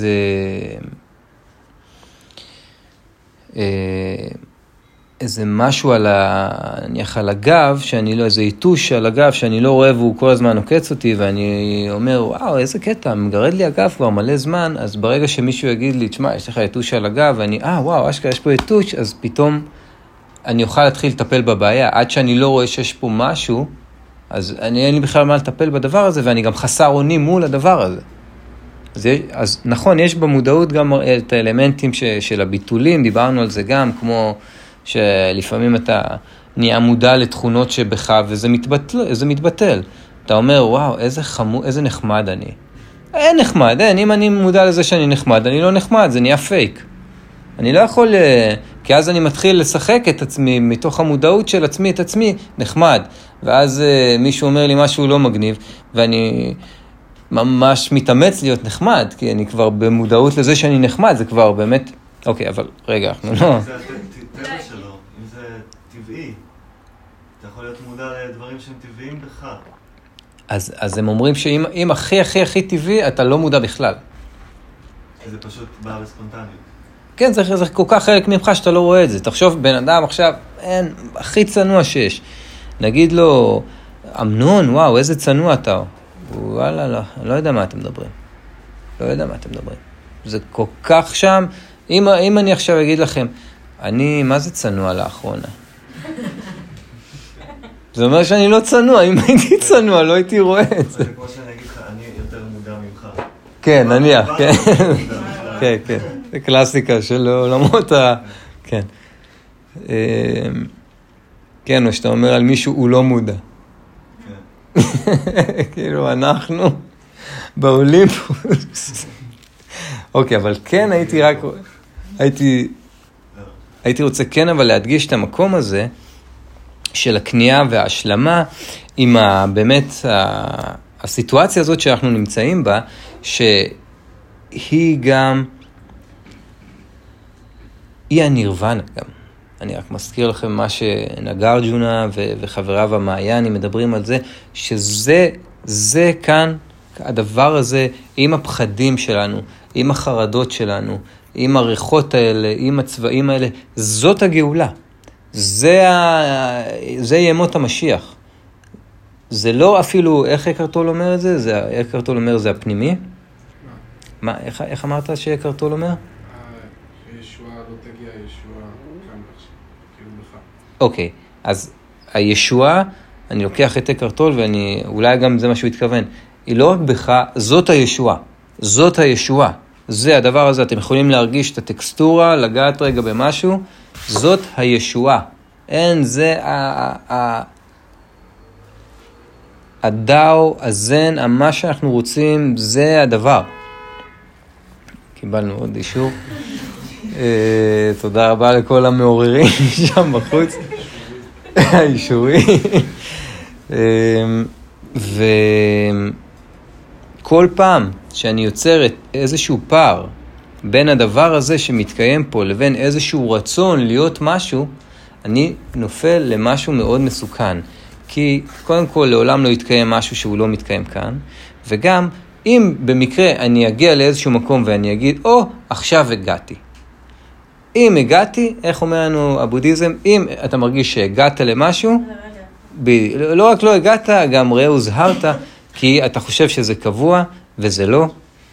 איזה משהו נניח על הגב, שאני לא, איזה איתוש על הגב שאני לא רואה והוא כל הזמן נוקץ אותי, ואני אומר, וואו, איזה קטע, מגרד לי הגב כבר מלא זמן, אז ברגע שמישהו יגיד לי, תשמע, יש לך איתוש על הגב, ואני, וואו, אשכרה, יש פה איתוש, אז פתאום אני אוכל להתחיל לטפל בבעיה, עד שאני לא רואה שיש פה משהו, אז אין לי בכלל מה לטפל בדבר הזה, ואני גם חסר אונים מול הדבר הזה. אז נכון, יש במודעות גם את האלמנטים של הביטולים, דיברנו על זה גם, כמו שלפעמים אתה נהיה מודע לתכונות שבך, וזה מתבטל. אתה אומר, וואו, איזה נחמד אני. אין נחמד, אם אני מודע לזה שאני נחמד, אני לא נחמד, זה נהיה פייק. אני לא יכול, כי אז אני מתחיל לשחק את עצמי, מתוך המודעות של עצמי, את עצמי, נחמד. ואז מישהו אומר לי משהו לא מגניב, ואני ממש מתאמץ להיות נחמד, כי אני כבר במודעות לזה שאני נחמד, זה כבר באמת, אוקיי, אבל רגע, אנחנו לא... זה הטבע שלו, אם זה טבעי, אתה יכול להיות מודע לדברים שהם טבעיים בך. אז הם אומרים שאם הכי הכי הכי טבעי, אתה לא מודע בכלל. זה פשוט בא בספונטניות. כן, זה כל כך חלק ממך שאתה לא רואה את זה. תחשוב, בן אדם עכשיו, הכי צנוע שיש. נגיד לו, אמנון, וואו, איזה צנוע אתה. וואלה, לא יודע מה אתם מדברים. לא יודע מה אתם מדברים. זה כל כך שם. אם אני עכשיו אגיד לכם, מה זה צנוע לאחרונה? זה אומר שאני לא צנוע. אם הייתי צנוע, לא הייתי רואה את זה. זה כמו שאני אגיד לך, אני יותר מודע ממך. כן, נניח, כן. כן, כן. זה קלאסיקה של עולמות כן. כן, או שאתה אומר על מישהו, הוא לא מודע. כאילו, אנחנו באולימפוס. אוקיי, אבל כן הייתי רוצה כן אבל להדגיש את המקום הזה של הקנייה וההשלמה עם באמת הסיטואציה הזאת שאנחנו נמצאים בה, שהיא גם, היא הנירוונה גם. אני רק מזכיר לכם מה שנגרג'ונה וחבריו המעייני מדברים על זה, שזה כאן, הדבר הזה, עם הפחדים שלנו, עם החרדות שלנו, עם הריחות האלה, עם הצבעים האלה, זאת הגאולה. זה ימות המשיח. זה לא אפילו, איך אקרטול אומר את זה? אקרטול אומר זה הפנימי? מה, איך אמרת שאקרטול אומר? ישוע לא תגיע, ישוע כאן עכשיו, כאילו בך. אוקיי, אז הישועה, אני לוקח את אקרטול ואני, אולי גם זה מה שהוא התכוון, היא לא רק בך, זאת הישועה. זאת הישועה. זה הדבר הזה, אתם יכולים להרגיש את הטקסטורה, לגעת רגע במשהו, זאת הישועה. אין, זה הדאו, הזן, מה שאנחנו רוצים, זה הדבר. קיבלנו עוד אישור. תודה רבה לכל המעוררים שם בחוץ. האישורי. וכל פעם שאני יוצר איזשהו פער בין הדבר הזה שמתקיים פה לבין איזשהו רצון להיות משהו, אני נופל למשהו מאוד מסוכן. כי קודם כל לעולם לא יתקיים משהו שהוא לא מתקיים כאן, וגם אם במקרה אני אגיע לאיזשהו מקום ואני אגיד, עכשיו הגעתי. אם הגעתי, איך אומר לנו הבודהיזם, אם אתה מרגיש שהגעת למשהו, לא רק לא הגעת, גם ראה הוזהרת, כי אתה חושב שזה קבוע, וזה לא.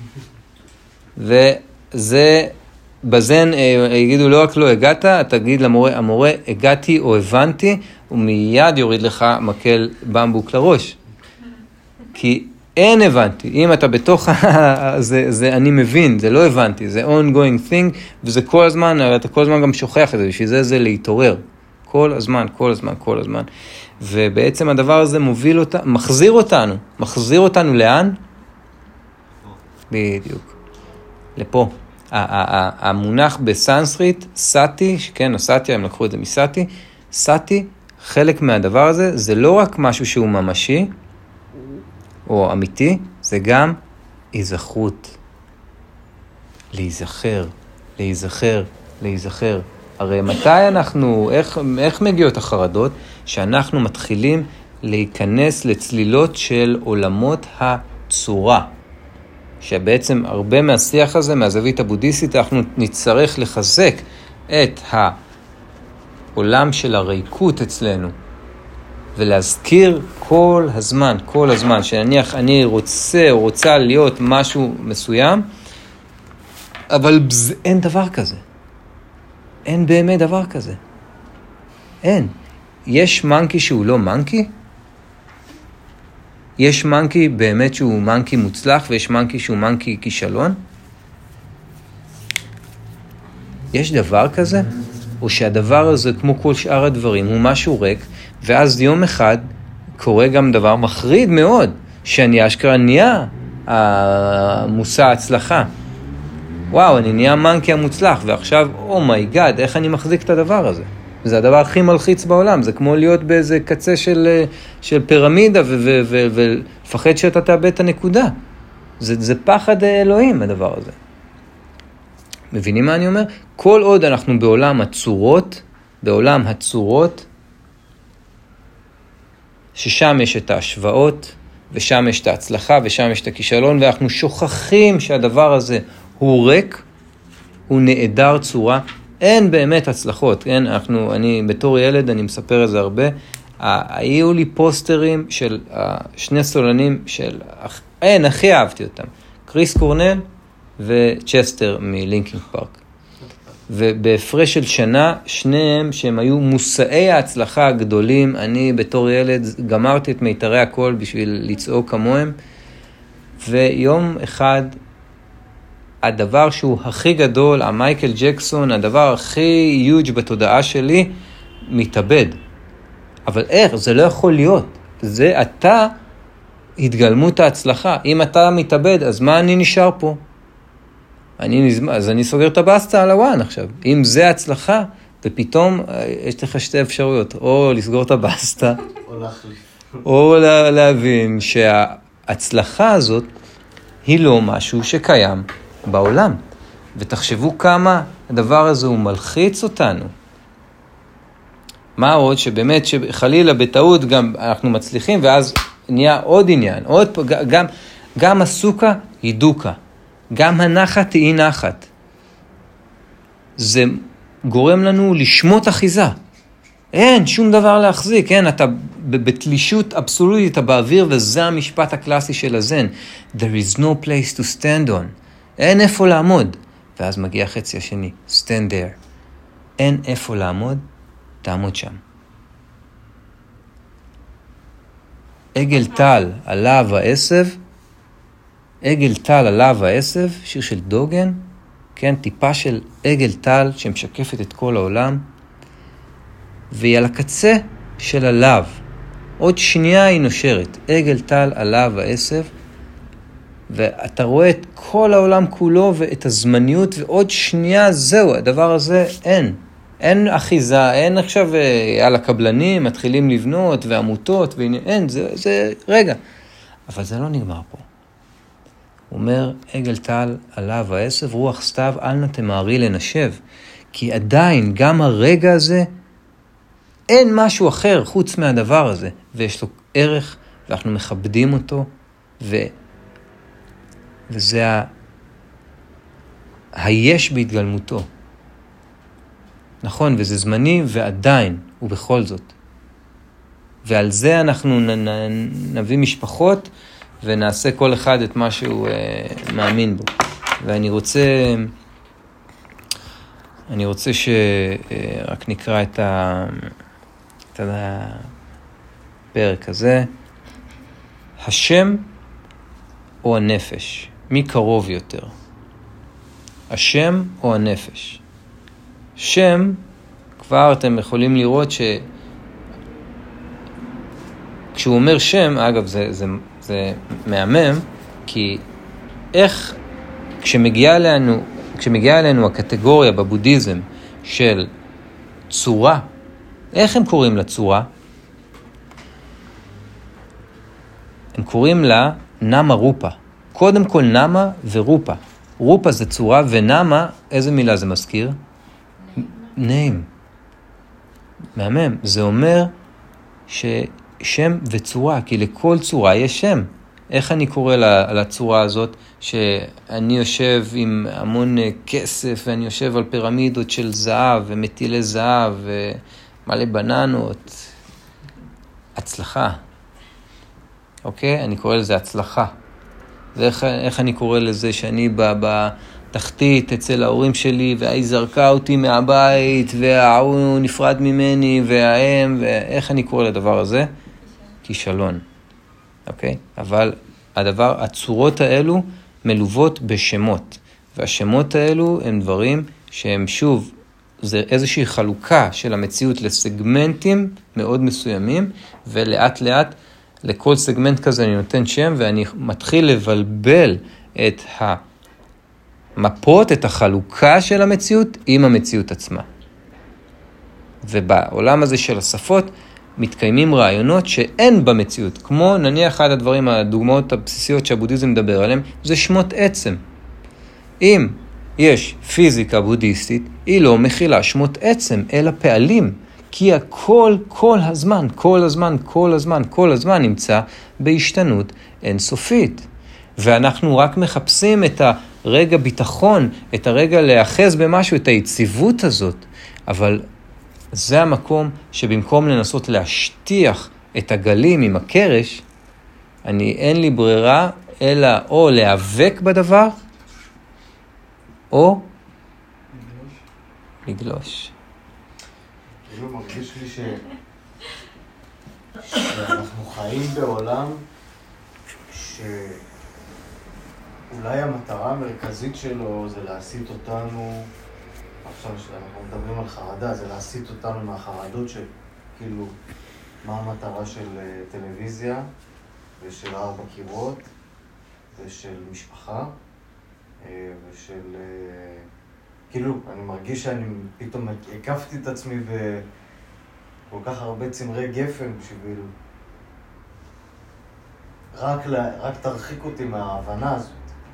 וזה, בזן יגידו לא רק לא הגעת, אתה תגיד למורה, הגעתי או הבנתי, ומיד יוריד לך מקל במבוק לראש. כי אין הבנתי. אם אתה בתוך, זה אני מבין, זה לא הבנתי, זה ongoing thing, וזה כל הזמן, אתה כל הזמן גם שוכח את זה, בשביל זה להתעורר. כל הזמן. ובעצם הדבר הזה מחזיר אותנו לאן? בדיוק. לפה. המונח בסנסקריט, סאטי, כן, הסאטיה, הם לקחו את זה מסאטי, סאטי, חלק מהדבר הזה, זה לא רק משהו שהוא ממשי, או אמיתי, זה גם היזכרות. להיזכר. הרי מתי אנחנו, איך מגיעות החרדות? שאנחנו מתחילים להיכנס לצלילות של עולמות הצורה. שבעצם הרבה מהשיח הזה, מהזווית הבודהיסטית, אנחנו נצטרך לחזק את העולם של הריקות אצלנו, ולהזכיר כל הזמן, שנניח אני רוצה או רוצה להיות משהו מסוים, אבל אין דבר כזה. אין באמת דבר כזה. אין. יש מנקי שהוא לא מנקי? יש מנקי באמת שהוא מנקי מוצלח, ויש מנקי שהוא מנקי כישלון? יש דבר כזה? או שהדבר הזה, כמו כל שאר הדברים, הוא משהו ריק, ואז יום אחד קורה גם דבר מחריד מאוד, שאני אשכרה נהיה מושא ההצלחה. וואו, אני נהיה מנקי המוצלח, ועכשיו, אומייגאד, איך אני מחזיק את הדבר הזה? זה הדבר הכי מלחיץ בעולם, זה כמו להיות באיזה קצה של פירמידה, ולפחד שאתה תאבד את הנקודה. זה פחד אלוהים, הדבר הזה. מבינים מה אני אומר? כל עוד אנחנו בעולם הצורות, ששם יש את ההשוואות, ושם יש את ההצלחה, ושם יש את הכישלון, ואנחנו שוכחים שהדבר הזה הוא ריק, הוא נעדר צורה, אין באמת הצלחות, כן? אני בתור ילד, אני מספר את זה הרבה, היו לי פוסטרים של שני סולנים הכי אהבתי אותם, קריס קורנל וצ'סטר מלינקין פארק. ובהפרש של שנה, שניהם שהם היו מושאי ההצלחה הגדולים, אני בתור ילד גמרתי את מיתרי הכל בשביל לצעוק כמוהם, ויום אחד, הדבר שהוא הכי גדול, המייקל ג'קסון, הדבר הכי יוג' בתודעה שלי, מתאבד. אבל איך? זה לא יכול להיות. זה אתה התגלמות ההצלחה. אם אתה מתאבד, אז מה אני נשאר פה? אז אני סוגר את הבסטה על הוואן עכשיו. אם זה הצלחה, ופתאום יש לך שתי אפשרויות, או לסגור את הבסטה, או להבין שההצלחה הזאת היא לא משהו שקיים בעולם. ותחשבו כמה הדבר הזה הוא מלחיץ אותנו. מה עוד שבאמת שחלילה בטעות גם אנחנו מצליחים, ואז נהיה עוד עניין. גם הסוכה היא דוקה. גם הנחת היא נחת. זה גורם לנו לשמות אחיזה. אין שום דבר להחזיק, אין, אתה בתלישות אבסולוטית, אתה באוויר, וזה המשפט הקלאסי של הזן. There is no place to stand on. אין איפה לעמוד. ואז מגיע החצי השני, stand there. אין איפה לעמוד, תעמוד שם. עגל טל עליו העשב, עגל טל עליו העשב, שיר של דוגן, כן, טיפה של עגל טל שמשקפת את כל העולם, והיא על הקצה של עליו. עוד שנייה היא נושרת, עגל טל עליו העשב, ואתה רואה את כל העולם כולו ואת הזמניות, ועוד שנייה זהו, הדבר הזה אין אחיזה, אין עכשיו על הקבלנים, מתחילים לבנות ועמותות, אין, זה רגע. אבל זה לא נגמר פה. הוא אומר, עגל טל עליו העשב, רוח סתיו, אל נא תמהרי לנשב. כי עדיין, גם הרגע הזה, אין משהו אחר חוץ מהדבר הזה. ויש לו ערך, ואנחנו מכבדים אותו, וזה היש בהתגלמותו. נכון, וזה זמני ועדיין, ובכל זאת. ועל זה אנחנו נביא משפחות, ונעשה כל אחד את מה שהוא מאמין בו. ואני רוצה שרק נקרא את הפרק הזה. השם או הנפש? מי קרוב יותר? השם או הנפש? שם, כבר אתם יכולים לראות כשהוא אומר שם, אגב זה מהמם, כי איך כשמגיעה אלינו הקטגוריה בבודהיזם של צורה, איך הם קוראים לצורה? הם קוראים לה נמה רופה. קודם כל נמה ורופה. רופה זה צורה, ונמה, איזה מילה זה מזכיר? name. מהמם. זה אומר שם וצורה, כי לכל צורה יש שם. איך אני קורא לצורה הזאת, שאני יושב עם המון כסף, ואני יושב על פירמידות של זהב, ומטילי זהב, ומלא בננות. הצלחה. אוקיי? אני קורא לזה הצלחה. ואיך אני קורא לזה שאני בתחתית אצל ההורים שלי, והיא זרקה אותי מהבית, והוא נפרד ממני, והאם, ואיך אני קורא לדבר הזה? כישלון. אוקיי? אבל הצורות האלו מלוות בשמות. והשמות האלו הם דברים שהם שוב, זה איזושהי חלוקה של המציאות לסגמנטים מאוד מסוימים, ולאט לאט לכל סגמנט כזה אני נותן שם, ואני מתחיל לבלבל את המפות, את החלוקה של המציאות עם המציאות עצמה. ובעולם הזה של השפות מתקיימים רעיונות שאין במציאות, כמו נניח אחד הדברים, הדוגמאות הבסיסיות שהבודהיזם מדבר עליהם, זה שמות עצם. אם יש פיזיקה בודהיסטית, היא לא מכילה שמות עצם, אלא פעלים. כי הכל, כל הזמן נמצא בהשתנות אינסופית. ואנחנו רק מחפשים את הרגע ביטחון, את הרגע להאחז במשהו, את היציבות הזאת. אבל זה המקום שבמקום לנסות להשטיח את הגלים עם הקרש, אין לי ברירה אלא או להיאבק בדבר, או לגלוש. כאילו מרגיש לי שאנחנו חיים בעולם שאולי המטרה המרכזית שלו זה להסיט אותנו, עכשיו שאנחנו מדברים על חרדה, זה להסיט אותנו מהחרדות של כאילו מה המטרה של טלוויזיה ושל 4 קירות ושל משפחה ושל כאילו, אני מרגיש שאני פתאום הקפתי את עצמי בכל כך הרבה צמרי גפן בשביל רק תרחיק אותי מההבנה הזאת.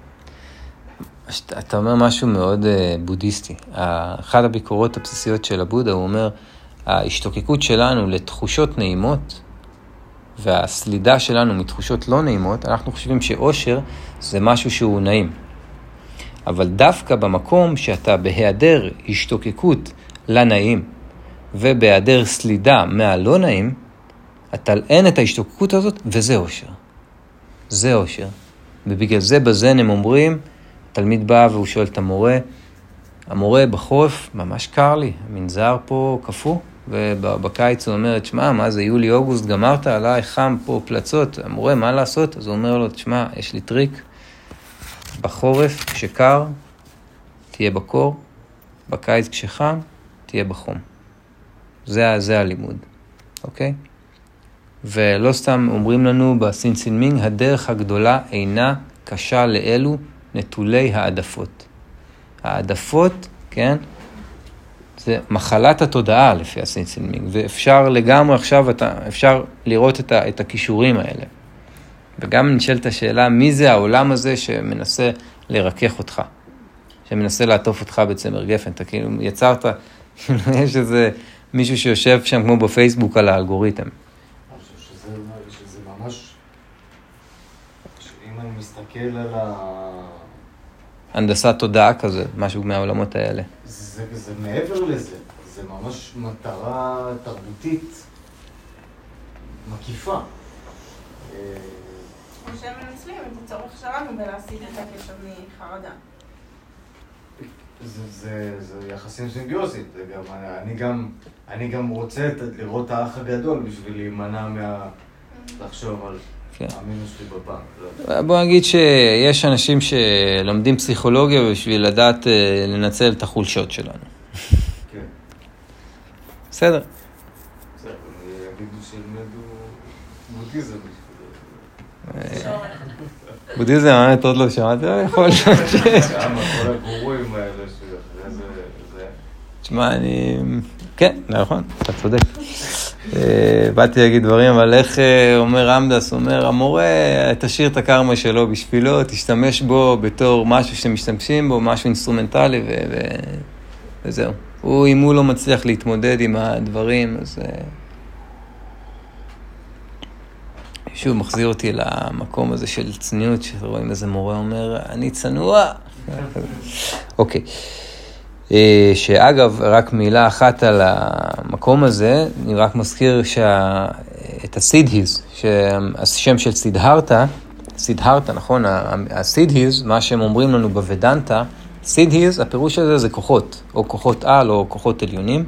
אתה אומר משהו מאוד בודהיסטי. אחת הביקורות הבסיסיות של הבודה, הוא אומר, ההשתוקקות שלנו לתחושות נעימות, והסלידה שלנו מתחושות לא נעימות, אנחנו חושבים שאושר זה משהו שהוא נעים. אבל דווקא במקום שאתה בהיעדר השתוקקות לנעים, ובהיעדר סלידה מהלא נעים, אתה אין את ההשתוקקות הזאת, וזה אושר. זה אושר. ובגלל זה בזן הם אומרים, תלמיד בא והוא שואל את המורה בחורף, ממש קר לי, המנזר פה קפוא, ובקיץ הוא אומר, תשמע, מה זה יולי-אוגוסט, גמרת עליי, חם פה פלצות, המורה, מה לעשות? אז הוא אומר לו, תשמע, יש לי טריק, בחורף כשקר, תהיה בקור, בקיץ כשחם, תהיה בחום. זה הלימוד, אוקיי? ולא סתם אומרים לנו בסין-סין-מינג, הדרך הגדולה אינה קשה לאלו נטולי העדפות. העדפות, כן? זה מחלת התודעה לפי הסין-סין-מינג, ואפשר לגמרי עכשיו, אפשר לראות את הכישורים האלה. וגם נשאלת השאלה, מי זה העולם הזה שמנסה לרכך אותך? שמנסה לעטוף אותך בצמר גפן? אתה כאילו יצרת, יש איזה מישהו שיושב שם כמו בפייסבוק על האלגוריתם. אני חושב שזה ממש, אם אני מסתכל על הנדסת תודעה כזה, משהו מהעולמות האלה. זה מעבר לזה, זה ממש מטרה תרבותית מקיפה. כמו שהם מנצלים את הצורך שלנו בלהסיט את הקשר מחרדה. זה יחסים סימביוזית, אני גם רוצה לראות את האח הגדול בשביל להימנע לחשוב על המינוס שלי בבנק. בוא נגיד שיש אנשים שלומדים פסיכולוגיה בשביל לדעת לנצל את החולשות שלנו. כן. בסדר. בסדר, אני אגידו שילמדו בודהיזם. בודהיזם, האמת עוד לא שמעתי, יכול להיות שיש. כל הגורואים האלה שאחרי זה... תשמע, כן, נכון, אתה צודק. באתי להגיד דברים, אבל איך אומר אמדס, אומר, המורה, תשאיר את הקרמה שלו בשבילו, תשתמש בו בתור משהו שמשתמשים בו, משהו אינסטרומנטלי, וזהו. אם הוא לא מצליח להתמודד עם הדברים, אז שוב מחזיר אותי למקום הזה של צניעות, שרואים איזה מורה אומר, אני צנוע. אוקיי. שאגב, רק מילה אחת על המקום הזה, אני רק מזכיר את הסידהיז, שהשם של סידהרתה, נכון? הסידהיז, מה שהם אומרים לנו בוודנטה, סידהיז, הפירוש הזה זה כוחות, או כוחות על, או כוחות עליונים,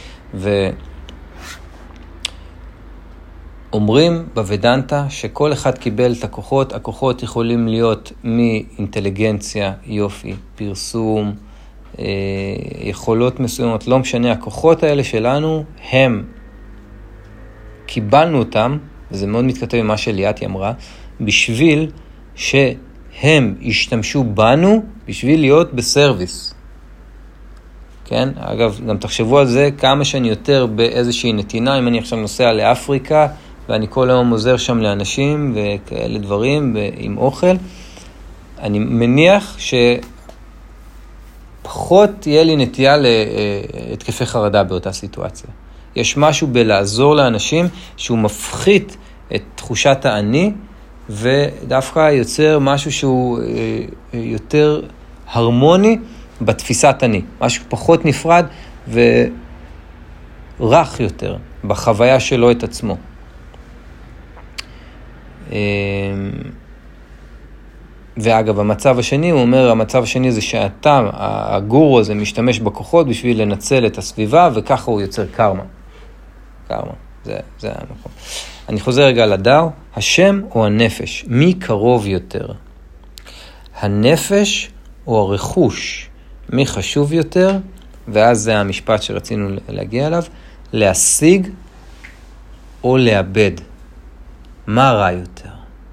אומרים בוודנטה שכל אחד קיבל את הכוחות, הכוחות יכולים להיות מאינטליגנציה, יופי, פרסום, יכולות מסוימות, לא משנה, הכוחות האלה שלנו, הם, קיבלנו אותם, וזה מאוד מתכתב עם מה שליאתי אמרה, בשביל שהם ישתמשו בנו, בשביל להיות בסרוויס. כן? אגב, גם תחשבו על זה, כמה שאני יותר באיזושהי נתינה, אם אני עכשיו נוסע לאפריקה, ואני כל היום עוזר שם לאנשים, וכאלה דברים, עם אוכל, אני מניח שפחות תהיה לי נטייה להתקפי חרדה באותה סיטואציה. יש משהו בלעזור לאנשים, שהוא מפחית את תחושת העני, ודווקא יוצר משהו שהוא יותר הרמוני בתפיסת אני. משהו פחות נפרד ורח יותר בחוויה שלו את עצמו. ואגב, המצב השני, הוא אומר, המצב השני זה שאתה, הגורו הזה משתמש בכוחות בשביל לנצל את הסביבה, וככה הוא יוצר קרמה. קרמה, זה המקום. אני חוזר רגע לדאו, השם או הנפש, מי קרוב יותר? הנפש או הרכוש, מי חשוב יותר? ואז זה המשפט שרצינו להגיע אליו, להשיג או לאבד. מה רע יותר?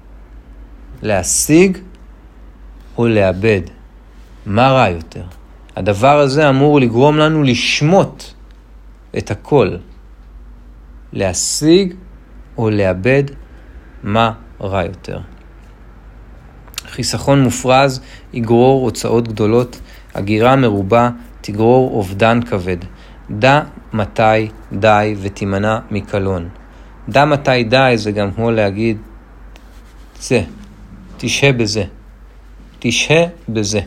להשיג או לאבד. מה רע יותר? הדבר הזה אמור לגרום לנו לשמות את הכל. להשיג או לאבד, מה רע יותר. חיסכון מופרז יגרור הוצאות גדולות, הגירה מרובה תגרור אובדן כבד. דע מתי די ותימנע מקלון. דע מתי די זה גם כמו להגיד, זה, תשהה בזה. תשהה בזה.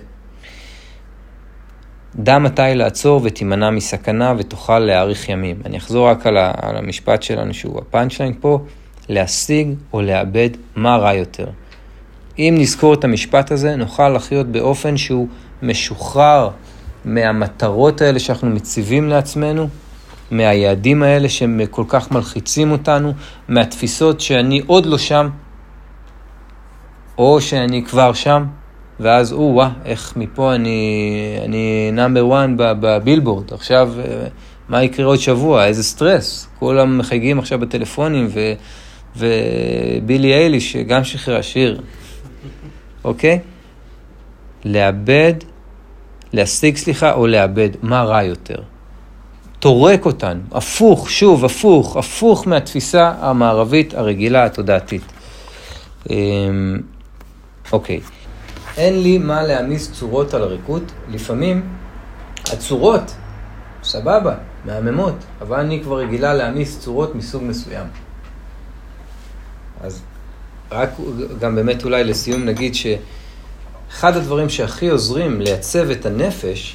דע מתי לעצור ותימנע מסכנה ותוכל להאריך ימים. אני אחזור רק על המשפט שלנו שהוא הפאנצ'ליין פה, להשיג או לאבד מה רע יותר. אם נזכור את המשפט הזה, נוכל לחיות באופן שהוא משוחרר מהמטרות האלה שאנחנו מציבים לעצמנו, מהיעדים האלה שהם כל כך מלחיצים אותנו, מהתפיסות שאני עוד לא שם, או שאני כבר שם, ואז, איך מפה אני נאמבר 1 בבילבורד. עכשיו, מה יקרה עוד שבוע? איזה סטרס. כולם מחייגים עכשיו בטלפונים, ובילי אייליש, שגם שחרר שיר. אוקיי? להשיג, או לאבד. מה רע יותר? תורק אותנו. הפוך מהתפיסה המערבית הרגילה, התודעתית. אוקיי. אין לי מה להעמיס צורות על הריקות. לפעמים הצורות, סבבה, מהממות, אבל אני כבר רגילה להעמיס צורות מסוג מסוים. אז רק גם באמת אולי לסיום נגיד שאחד הדברים שהכי עוזרים לייצב את הנפש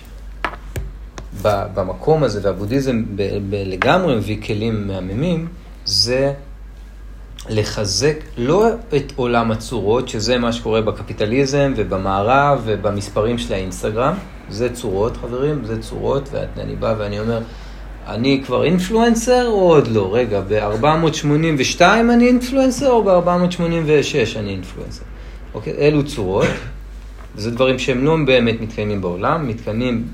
במקום הזה, והבודהיזם לגמרי מביא כלים מהממים, זה לחזק לא את עולם הצורות, שזה מה שקורה בקפיטליזם ובמערב ובמספרים של האינסטגרם. זה צורות, חברים, זה צורות, ואני בא ואני אומר, אני כבר אינפלואנסר או עוד לא? רגע, ב-482 אני אינפלואנסר או ב-486 אני אינפלואנסר? אוקיי, אלו צורות, וזה דברים שהם לא באמת מתקיימים בעולם, מתקיימים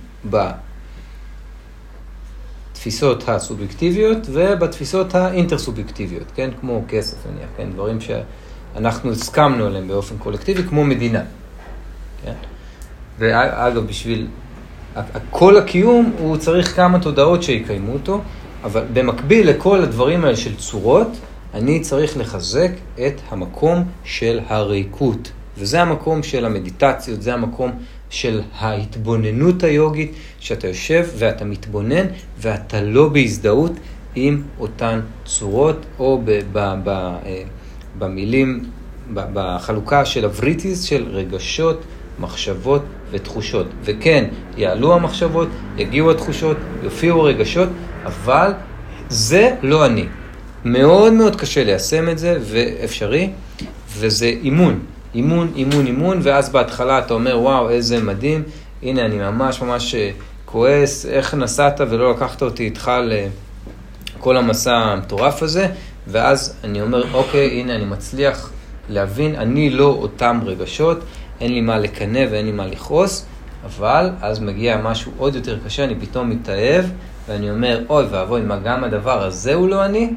בתפיסות הסובייקטיביות ובתפיסות האינטרסובייקטיביות, כן? כמו כסף, נניח, כן? דברים שאנחנו הסכמנו עליהם באופן קולקטיבי, כמו מדינה, כן? ואגב, בשביל כל הקיום הוא צריך כמה תודעות שיקיימו אותו, אבל במקביל לכל הדברים האלה של צורות, אני צריך לחזק את המקום של הריקות. וזה המקום של המדיטציות, זה המקום של ההתבוננות היוגית, שאתה יושב ואתה מתבונן, ואתה לא בהזדהות עם אותן צורות, או במילים, בחלוקה של הווריטיס של רגשות, מחשבות ותחושות. וכן, יעלו המחשבות, יגיעו התחושות, יופיעו הרגשות, אבל זה לא אני. מאוד מאוד קשה ליישם את זה, ואפשרי, וזה אימון. אימון, ואז בהתחלה אתה אומר, וואו, איזה מדהים, הנה אני ממש כועס, איך נסעת ולא לקחת אותי איתך לכל המסע המטורף הזה, ואז אני אומר, אוקיי, הנה אני מצליח להבין, אני לא אותם רגשות, אין לי מה לקנא ואין לי מה לכעוס, אבל אז מגיע משהו עוד יותר קשה, אני פתאום מתאהב, ואני אומר, אוי ואבוי, מה גם הדבר הזה הוא לא אני?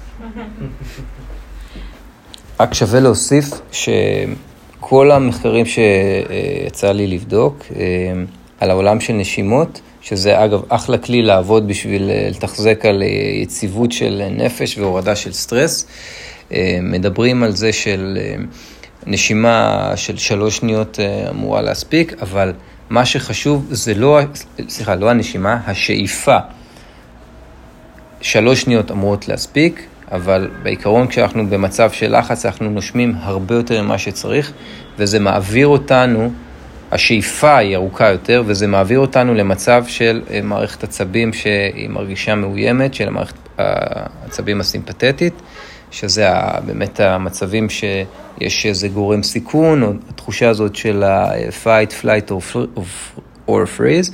רק שווה להוסיף שכל המחקרים שיצא לי לבדוק על העולם של נשימות, שזה אגב אחלה כלי לעבוד בשביל לתחזק על יציבות של נפש והורדה של סטרס, מדברים על זה של נשימה של 3 שניות אמורה להספיק, אבל מה שחשוב זה לא הנשימה, השאיפה. 3 שניות אמורות להספיק, אבל בעיקרון כשאנחנו במצב של לחץ אנחנו נושמים הרבה יותר ממה שצריך, וזה מעביר אותנו, השאיפה היא ארוכה יותר, וזה מעביר אותנו למצב של מערכת עצבים שהיא מרגישה מאוימת, של מערכת העצבים הסימפתטית, שזה באמת המצבים שיש איזה גורם סיכון, או התחושה הזאת של ה-fight, flight or freeze,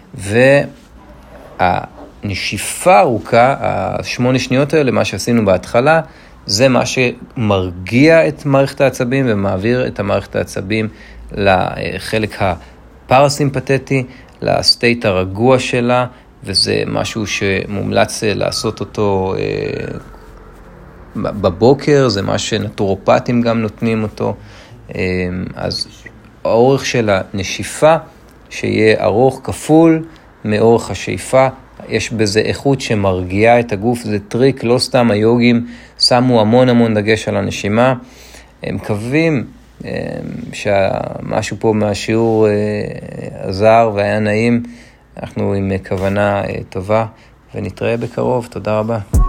והנשיפה ארוכה, 8 שניות האלה, מה שעשינו בהתחלה, זה מה שמרגיע את מערכת העצבים, ומעביר את המערכת העצבים לחלק הפרסימפתטי, לסטייט הרגוע שלה, וזה משהו שמומלץ לעשות אותו בבוקר, זה מה שנטורופטים גם נותנים אותו. אז האורך של הנשיפה, שיהיה ארוך כפול מאורך השאיפה, יש בזה איכות שמרגיעה את הגוף, זה טריק, לא סתם היוגים שמו המון דגש על הנשימה. הם מקווים שמשהו פה מהשיעור עזר והיה נעים, אנחנו עם כוונה טובה, ונתראה בקרוב, תודה רבה.